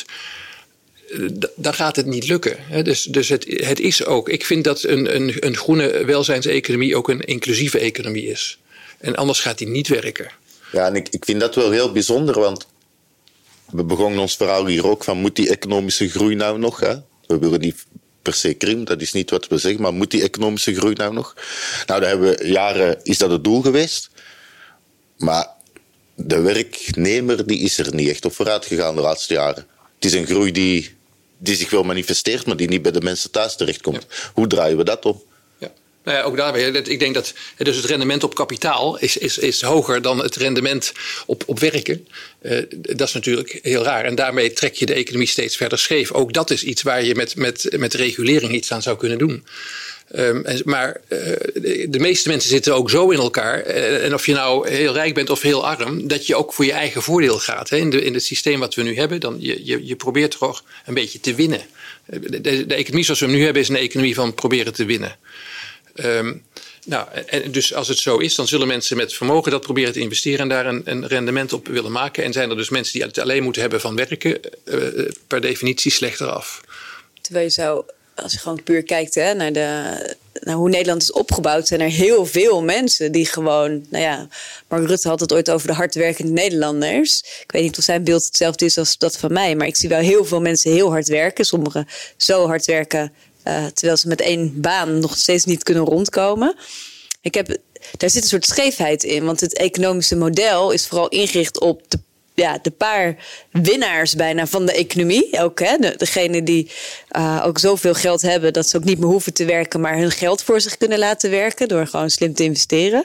[SPEAKER 4] dan gaat het niet lukken. Dus het is ook, ik vind dat een groene welzijnseconomie ook een inclusieve economie is. En anders gaat die niet werken.
[SPEAKER 2] Ja, en ik vind dat wel heel bijzonder, want we begonnen ons verhaal hier ook van, moet die economische groei nou nog? Hè? We willen die per se krimp, dat is niet wat we zeggen, maar moet die economische groei nou nog? Nou, daar hebben we jaren, is dat het doel geweest. Maar de werknemer die is er niet echt op vooruit gegaan de laatste jaren. Het is een groei die zich wel manifesteert, maar die niet bij de mensen thuis terechtkomt. Ja. Hoe draaien we dat om?
[SPEAKER 4] Nou ja, ook daar weer. Ik denk dat dus het rendement op kapitaal is hoger dan het rendement op werken. Dat is natuurlijk heel raar. En daarmee trek je de economie steeds verder scheef. Ook dat is iets waar je met regulering iets aan zou kunnen doen. Maar de meeste mensen zitten ook zo in elkaar. En of je nou heel rijk bent of heel arm, dat je ook voor je eigen voordeel gaat. In het systeem wat we nu hebben, dan je probeert toch een beetje te winnen. De economie zoals we hem nu hebben is een economie van proberen te winnen. En dus als het zo is, dan zullen mensen met vermogen dat proberen te investeren en daar een rendement op willen maken. En zijn er dus mensen die het alleen moeten hebben van werken, per definitie slechter af.
[SPEAKER 1] Terwijl je zou, als je gewoon puur kijkt naar hoe Nederland is opgebouwd, zijn er heel veel mensen die gewoon, Mark Rutte had het ooit over de hardwerkende Nederlanders. Ik weet niet of zijn beeld hetzelfde is als dat van mij, maar ik zie wel heel veel mensen heel hard werken. Sommigen zo hard werken, terwijl ze met één baan nog steeds niet kunnen rondkomen. Daar zit een soort scheefheid in. Want het economische model is vooral ingericht op de paar winnaars bijna van de economie. Ook degene die ook zoveel geld hebben dat ze ook niet meer hoeven te werken, maar hun geld voor zich kunnen laten werken door gewoon slim te investeren.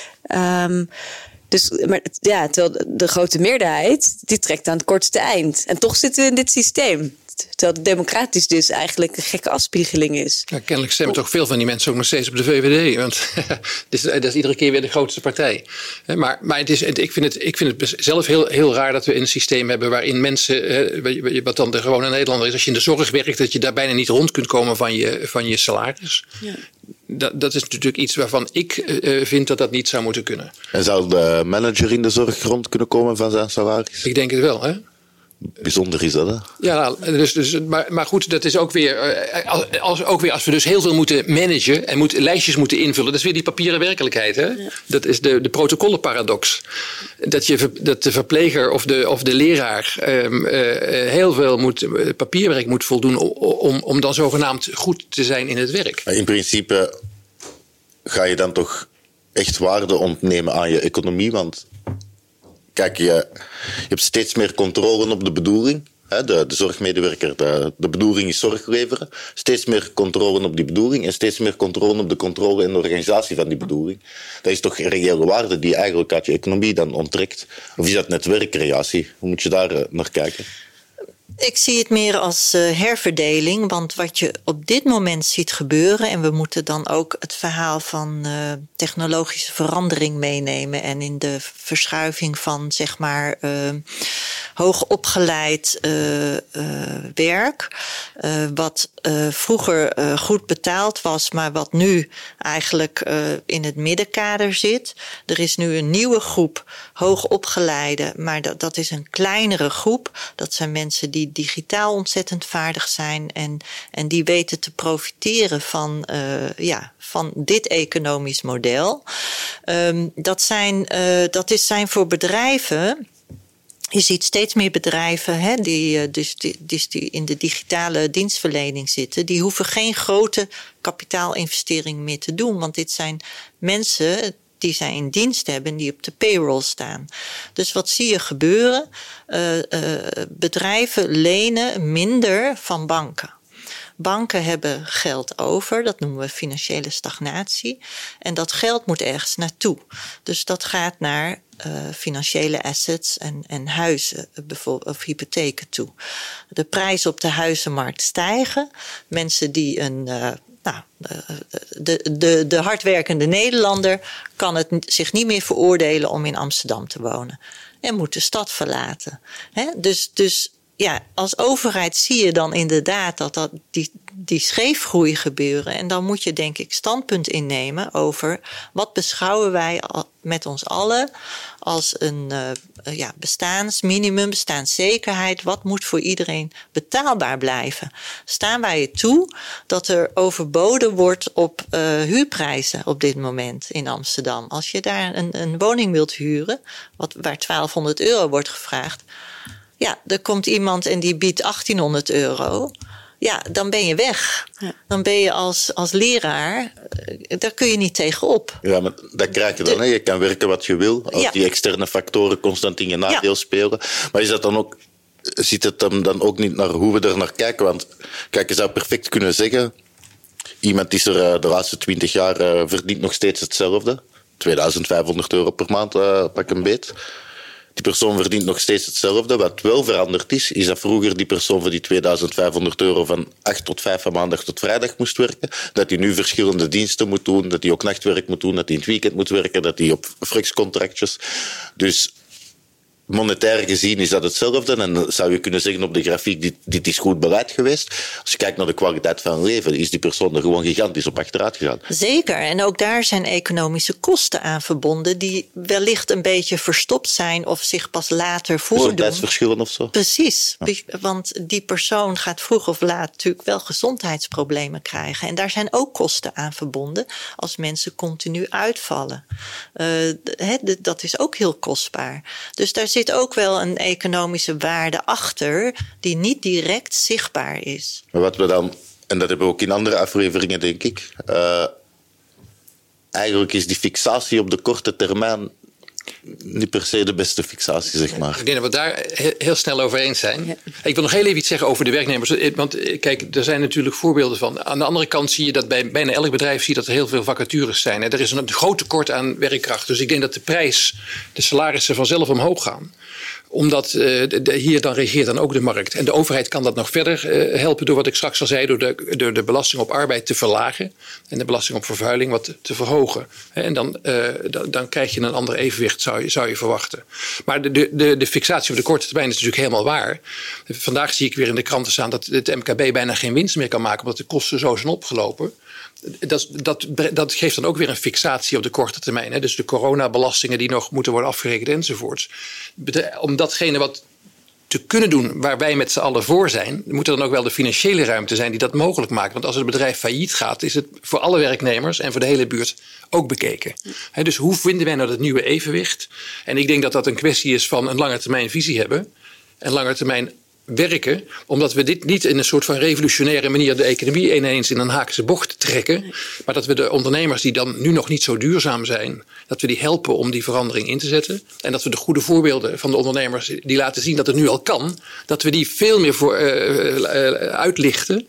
[SPEAKER 1] Terwijl de grote meerderheid die trekt aan het kortste eind. En toch zitten we in dit systeem. Terwijl het democratisch dus eigenlijk een gekke afspiegeling is.
[SPEAKER 4] Ja, kennelijk stemmen toch veel van die mensen ook nog steeds op de VVD. Want dat is iedere keer weer de grootste partij. Maar ik vind het zelf heel raar dat we een systeem hebben waarin mensen, wat dan de gewone Nederlander is, als je in de zorg werkt, dat je daar bijna niet rond kunt komen van je salaris. Ja. Dat is natuurlijk iets waarvan ik vind dat niet zou moeten kunnen. En
[SPEAKER 2] zou de manager in de zorg rond kunnen komen van zijn salaris?
[SPEAKER 4] Ik denk het wel, hè?
[SPEAKER 2] Bijzonder is dat, hè?
[SPEAKER 4] Ja, maar goed, dat is ook weer als we dus heel veel moeten managen en lijstjes moeten invullen. Dat is weer die papieren werkelijkheid, hè? Ja. Dat is de protocollenparadox. Dat de verpleger of de leraar heel veel papierwerk moet voldoen om dan zogenaamd goed te zijn in het werk.
[SPEAKER 2] In principe ga je dan toch echt waarde ontnemen aan je economie, want kijk, je hebt steeds meer controle op de bedoeling. De zorgmedewerker, de bedoeling is zorg leveren. Steeds meer controle op die bedoeling en steeds meer controle op de controle en de organisatie van die bedoeling. Dat is toch een reële waarde die eigenlijk uit je economie dan onttrekt. Of is dat net werkcreatie? Hoe moet je daar naar kijken?
[SPEAKER 3] Ik zie het meer als herverdeling, want wat je op dit moment ziet gebeuren, en we moeten dan ook het verhaal van technologische verandering meenemen en in de verschuiving van zeg maar hoogopgeleid werk, wat vroeger goed betaald was, maar wat nu eigenlijk in het middenkader zit. Er is nu een nieuwe groep hoogopgeleide, maar dat is een kleinere groep. Dat zijn mensen die digitaal ontzettend vaardig zijn en die weten te profiteren van dit economisch model. Dat zijn voor bedrijven. Je ziet steeds meer bedrijven die in de digitale dienstverlening zitten. Die hoeven geen grote kapitaalinvestering meer te doen. Want dit zijn mensen die zij in dienst hebben en die op de payroll staan. Dus wat zie je gebeuren? Bedrijven lenen minder van banken. Banken hebben geld over, dat noemen we financiële stagnatie. En dat geld moet ergens naartoe. Dus dat gaat naar financiële assets en huizen, bijvoorbeeld, of hypotheken toe. De prijzen op de huizenmarkt stijgen. Mensen die de hardwerkende Nederlander kan het zich niet meer veroordelen om in Amsterdam te wonen. En moet de stad verlaten. Dus ja, als overheid zie je dan inderdaad dat die scheefgroei gebeuren. En dan moet je denk ik standpunt innemen over wat beschouwen wij met ons allen als een bestaansminimum, bestaanszekerheid. Wat moet voor iedereen betaalbaar blijven? Staan wij het toe dat er overboden wordt op huurprijzen op dit moment in Amsterdam? Als je daar een woning wilt huren, waar €1200 wordt gevraagd. Ja, er komt iemand en die biedt €1800. Ja, dan ben je weg. Ja. Dan ben je als leraar, daar kun je niet tegenop.
[SPEAKER 2] Ja, maar dat krijg je dan. Hè? Je kan werken wat je wil. Als die externe factoren constant in je nadeel spelen. Maar is dat dan ook, ziet het dan ook niet naar hoe we er naar kijken? Want kijk, je zou perfect kunnen zeggen, iemand is er de laatste 20 jaar verdient nog steeds hetzelfde. €2500 per maand, pak een beet. Die persoon verdient nog steeds hetzelfde. Wat wel veranderd is dat vroeger die persoon voor die €2500 van 8 tot 5 van maandag tot vrijdag moest werken. Dat hij nu verschillende diensten moet doen. Dat hij ook nachtwerk moet doen. Dat hij in het weekend moet werken. Dat hij op flexcontractjes. Dus monetair gezien is dat hetzelfde. En dan zou je kunnen zeggen op de grafiek, dit is goed beleid geweest. Als je kijkt naar de kwaliteit van leven, is die persoon er gewoon gigantisch op achteruit gegaan.
[SPEAKER 3] Zeker. En ook daar zijn economische kosten aan verbonden die wellicht een beetje verstopt zijn of zich pas later voordoen.
[SPEAKER 2] Gezondheidsverschillen of zo?
[SPEAKER 3] Precies. Ja. Want die persoon gaat vroeg of laat natuurlijk wel gezondheidsproblemen krijgen. En daar zijn ook kosten aan verbonden als mensen continu uitvallen. Dat is ook heel kostbaar. Dus daar zit ook wel een economische waarde achter die niet direct zichtbaar is.
[SPEAKER 2] Maar wat we dan, en dat hebben we ook in andere afleveringen denk ik, eigenlijk is die fixatie op de korte termijn niet per se de beste fixatie, zeg maar.
[SPEAKER 4] Ik denk dat we daar heel snel over eens zijn. Ja. Ik wil nog heel even iets zeggen over de werknemers. Want kijk, er zijn natuurlijk voorbeelden van. Aan de andere kant zie je dat bij bijna elk bedrijf zie je dat er heel veel vacatures zijn. Er is een groot tekort aan werkkracht. Dus ik denk dat de salarissen vanzelf omhoog gaan. Omdat hier dan regeert dan ook de markt. En de overheid kan dat nog verder helpen door wat ik straks al zei. Door de belasting op arbeid te verlagen. En de belasting op vervuiling wat te verhogen. En dan krijg je een ander evenwicht, zou je verwachten. Maar de fixatie op de korte termijn is natuurlijk helemaal waar. Vandaag zie ik weer in de kranten staan dat het MKB bijna geen winst meer kan maken. Omdat de kosten zo zijn opgelopen. Dat geeft dan ook weer een fixatie op de korte termijn. Hè? Dus de coronabelastingen die nog moeten worden afgerekend enzovoorts. Om datgene wat te kunnen doen waar wij met z'n allen voor zijn, moet er dan ook wel de financiële ruimte zijn die dat mogelijk maakt. Want als het bedrijf failliet gaat, is het voor alle werknemers en voor de hele buurt ook bekeken. Dus hoe vinden wij nou dat nieuwe evenwicht? En ik denk dat dat een kwestie is van een lange termijn visie hebben. En lange termijn werken, omdat we dit niet in een soort van revolutionaire manier de economie ineens in een haakse bocht trekken, maar dat we de ondernemers die dan nu nog niet zo duurzaam zijn, dat we die helpen om die verandering in te zetten en dat we de goede voorbeelden van de ondernemers die laten zien dat het nu al kan, dat we die veel meer uitlichten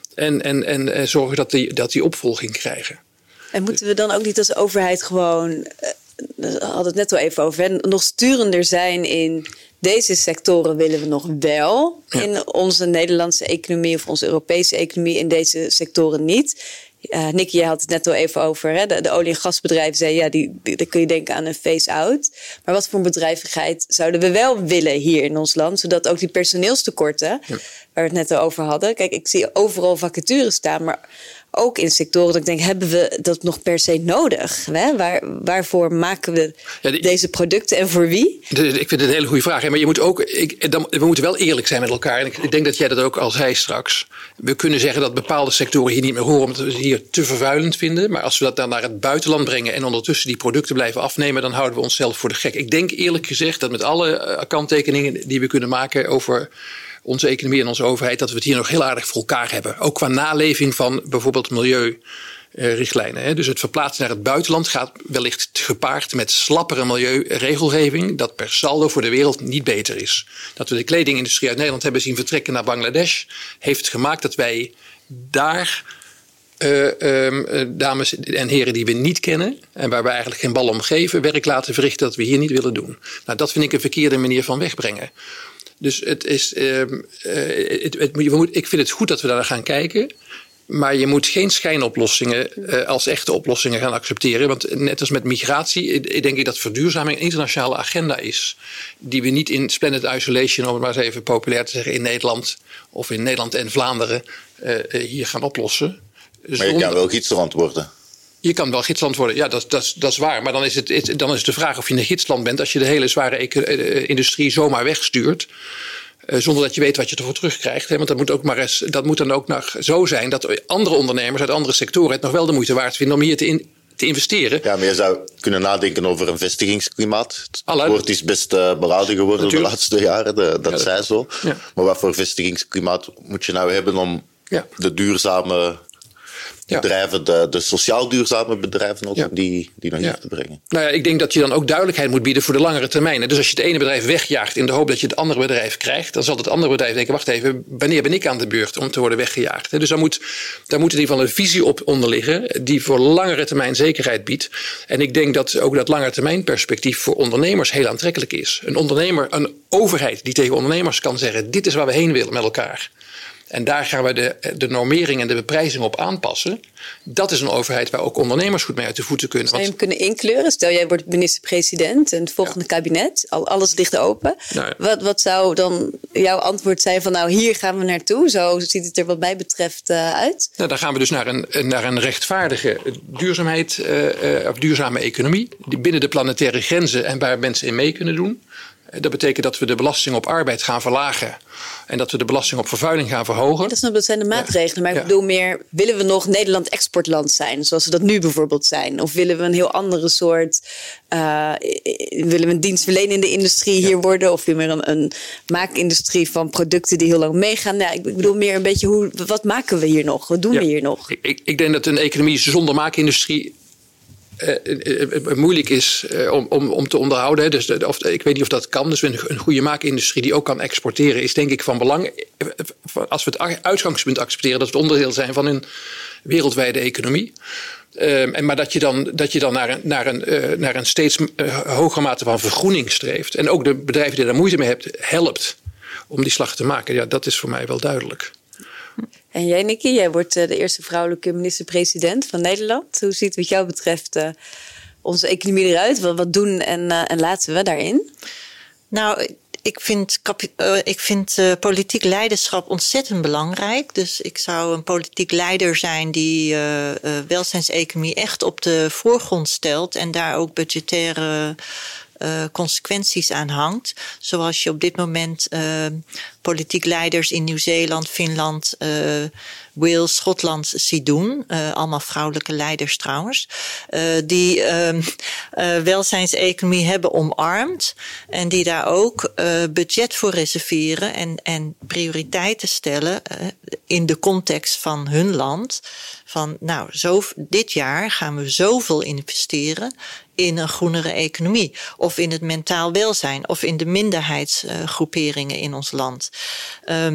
[SPEAKER 4] en zorgen dat die opvolging krijgen.
[SPEAKER 1] En moeten we dan ook niet als overheid gewoon, we hadden het net al even over, nog sturender zijn in deze sectoren willen we nog wel in onze Nederlandse economie of onze Europese economie, in deze sectoren niet. Nicky, je had het net al even over. Hè? De olie- en gasbedrijven zeiden, dan kun je denken aan een phase-out. Maar wat voor bedrijvigheid zouden we wel willen hier in ons land? Zodat ook die personeelstekorten, waar we het net al over hadden. Kijk, ik zie overal vacatures staan, maar ook in sectoren dat ik denk, hebben we dat nog per se nodig? Hè? Waarvoor maken we deze producten en voor wie?
[SPEAKER 4] Ik vind het een hele goede vraag. Maar je moet ook, we moeten wel eerlijk zijn met elkaar. En ik denk dat jij dat ook al zei straks. We kunnen zeggen dat bepaalde sectoren hier niet meer horen, omdat we ze hier te vervuilend vinden. Maar als we dat dan naar het buitenland brengen en ondertussen die producten blijven afnemen, dan houden we onszelf voor de gek. Ik denk eerlijk gezegd dat met alle kanttekeningen die we kunnen maken over onze economie en onze overheid, dat we het hier nog heel aardig voor elkaar hebben. Ook qua naleving van bijvoorbeeld milieurichtlijnen. Dus het verplaatsen naar het buitenland gaat wellicht gepaard met slappere milieuregelgeving, dat per saldo voor de wereld niet beter is. Dat we de kledingindustrie uit Nederland hebben zien vertrekken naar Bangladesh, heeft gemaakt dat wij daar dames en heren die we niet kennen en waar we eigenlijk geen bal om geven, werk laten verrichten dat we hier niet willen doen. Nou, dat vind ik een verkeerde manier van wegbrengen. Dus het is, ik vind het goed dat we daar gaan kijken. Maar je moet geen schijnoplossingen als echte oplossingen gaan accepteren. Want net als met migratie denk ik dat verduurzaming een internationale agenda is. Die we niet in splendid isolation, om het maar eens even populair te zeggen, in Nederland of in Nederland en Vlaanderen hier gaan oplossen.
[SPEAKER 2] Maar je kan wel gidsland worden.
[SPEAKER 4] Je kan wel gidsland worden, ja, dat is waar. Maar dan is de vraag of je een gidsland bent als je de hele zware industrie zomaar wegstuurt. Zonder dat je weet wat je ervoor terugkrijgt. Hè? Want dat moet dan ook nog zo zijn dat andere ondernemers uit andere sectoren het nog wel de moeite waard vinden om hier te investeren.
[SPEAKER 2] Ja, maar je zou kunnen nadenken over een vestigingsklimaat. Het woord is best beladen geworden de laatste jaren, dat zij zo. Ja. Maar wat voor vestigingsklimaat moet je nou hebben om de duurzame bedrijven, de sociaal duurzame bedrijven ook, die naar hier te brengen? Nou ja,
[SPEAKER 4] ik denk dat je dan ook duidelijkheid moet bieden voor de langere termijn. Dus als je het ene bedrijf wegjaagt in de hoop dat je het andere bedrijf krijgt, dan zal het andere bedrijf denken, wacht even, wanneer ben ik aan de beurt om te worden weggejaagd? Dus daar moet in ieder geval een visie op onder liggen die voor langere termijn zekerheid biedt. En ik denk dat ook dat lange termijn perspectief voor ondernemers heel aantrekkelijk is. Een overheid die tegen ondernemers kan zeggen, dit is waar we heen willen met elkaar. En daar gaan we de normering en de beprijzing op aanpassen. Dat is een overheid waar ook ondernemers goed mee uit de voeten kunnen.
[SPEAKER 1] Zou je hem kunnen inkleuren? Stel, jij wordt minister-president en het volgende kabinet. Alles ligt open. Nou ja. Wat zou dan jouw antwoord zijn van, nou, hier gaan we naartoe? Zo ziet het er wat mij betreft uit.
[SPEAKER 4] Nou, dan gaan we dus naar een rechtvaardige duurzaamheid, of duurzame economie. Die binnen de planetaire grenzen en waar mensen in mee kunnen doen. Dat betekent dat we de belasting op arbeid gaan verlagen. En dat we de belasting op vervuiling gaan verhogen.
[SPEAKER 1] Ja, dat zijn de maatregelen. Maar ik bedoel meer, willen we nog Nederland exportland zijn? Zoals we dat nu bijvoorbeeld zijn? Of willen we een heel andere soort, willen we een dienstverlenende industrie hier worden? Of willen we een maakindustrie van producten die heel lang meegaan? Nou, ik bedoel meer een beetje, wat maken we hier nog? Wat doen we hier nog?
[SPEAKER 4] Ik denk dat een economie zonder maakindustrie moeilijk is om te onderhouden. Dus ik weet niet of dat kan. Dus een goede maakindustrie die ook kan exporteren is denk ik van belang. Als we het uitgangspunt accepteren dat we onderdeel zijn van een wereldwijde economie. Maar dat je dan naar een steeds hogere mate van vergroening streeft. En ook de bedrijven die daar moeite mee hebben, helpt om die slag te maken. Ja, dat is voor mij wel duidelijk.
[SPEAKER 1] En jij, Nicky, jij wordt de eerste vrouwelijke minister-president van Nederland. Hoe ziet wat jou betreft onze economie eruit? Wat doen en laten we daarin?
[SPEAKER 3] Nou, ik vind politiek leiderschap ontzettend belangrijk. Dus ik zou een politiek leider zijn die welzijnseconomie echt op de voorgrond stelt. En daar ook budgettaire consequenties aan hangt. Zoals je op dit moment politiek leiders in Nieuw-Zeeland, Finland, Wales, Schotland ziet doen. Allemaal vrouwelijke leiders trouwens. Die welzijnseconomie hebben omarmd. En die daar ook budget voor reserveren en prioriteiten stellen in de context van hun land. Van nou, dit jaar gaan we zoveel investeren in een groenere economie. Of in het mentaal welzijn. Of in de minderheidsgroeperingen in ons land.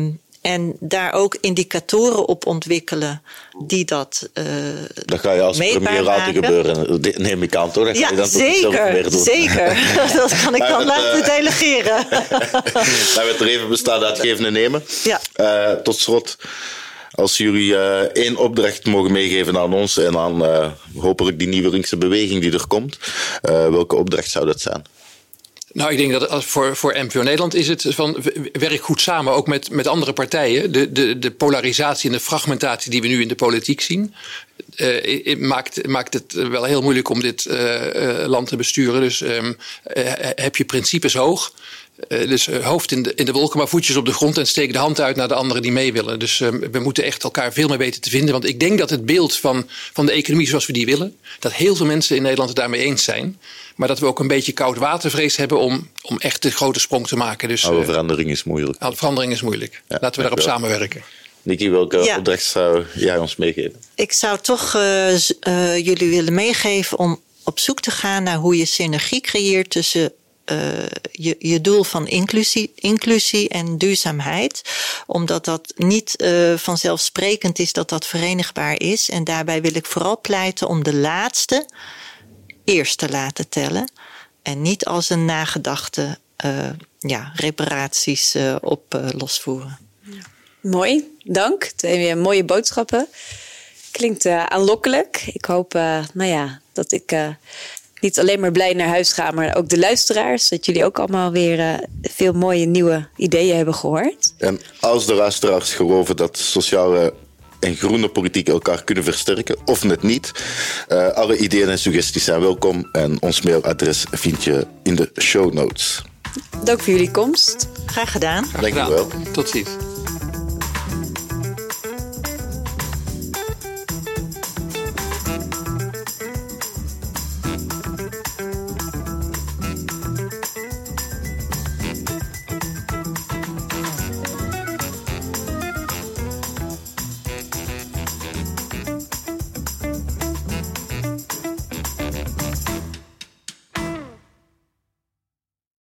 [SPEAKER 3] En daar ook indicatoren op ontwikkelen die dat
[SPEAKER 2] Dat ga je als premier laten gebeuren, neem ik aan, toch? Dat ga je dan
[SPEAKER 3] zeker, zeker. Dat kan ik dan laten delegeren.
[SPEAKER 2] Laten we het er even bestaan uitgeven en nemen.
[SPEAKER 3] Ja.
[SPEAKER 2] Tot slot, als jullie 1 opdracht mogen meegeven aan ons en aan hopelijk die nieuwe linkse beweging die er komt, welke opdracht zou dat zijn?
[SPEAKER 4] Nou, ik denk dat voor NPO Nederland is het van werk goed samen, ook met andere partijen. De polarisatie en de fragmentatie die we nu in de politiek zien, maakt het wel heel moeilijk om dit land te besturen. Dus heb je principes hoog. Dus hoofd in de wolken, maar voetjes op de grond en steek de hand uit naar de anderen die mee willen. Dus we moeten echt elkaar veel meer weten te vinden. Want ik denk dat het beeld van de economie zoals we die willen, dat heel veel mensen in Nederland het daarmee eens zijn. Maar dat we ook een beetje koud watervrees hebben om echt de grote sprong te maken. Dus
[SPEAKER 2] verandering is moeilijk.
[SPEAKER 4] Verandering is moeilijk. Ja, laten we daarop samenwerken.
[SPEAKER 2] Nikki, welke opdracht zou jij ons meegeven? Ik
[SPEAKER 3] zou toch jullie willen meegeven om op zoek te gaan naar hoe je synergie creëert tussen je doel van inclusie en duurzaamheid. Omdat dat niet vanzelfsprekend is dat dat verenigbaar is. En daarbij wil ik vooral pleiten om de laatste eerst te laten tellen. En niet als een nagedachte reparaties op losvoeren.
[SPEAKER 1] Mooi, dank. 2 mooie boodschappen. Klinkt aanlokkelijk. Ik hoop dat ik niet alleen maar blij naar huis ga, maar ook de luisteraars. Dat jullie ook allemaal weer veel mooie nieuwe ideeën hebben gehoord.
[SPEAKER 2] En als de luisteraars geloven dat sociale en groene politiek elkaar kunnen versterken, of net niet. Alle ideeën en suggesties zijn welkom en ons mailadres vind je in de show notes.
[SPEAKER 1] Dank voor jullie komst.
[SPEAKER 3] Graag gedaan.
[SPEAKER 2] Dank je wel.
[SPEAKER 4] Tot ziens.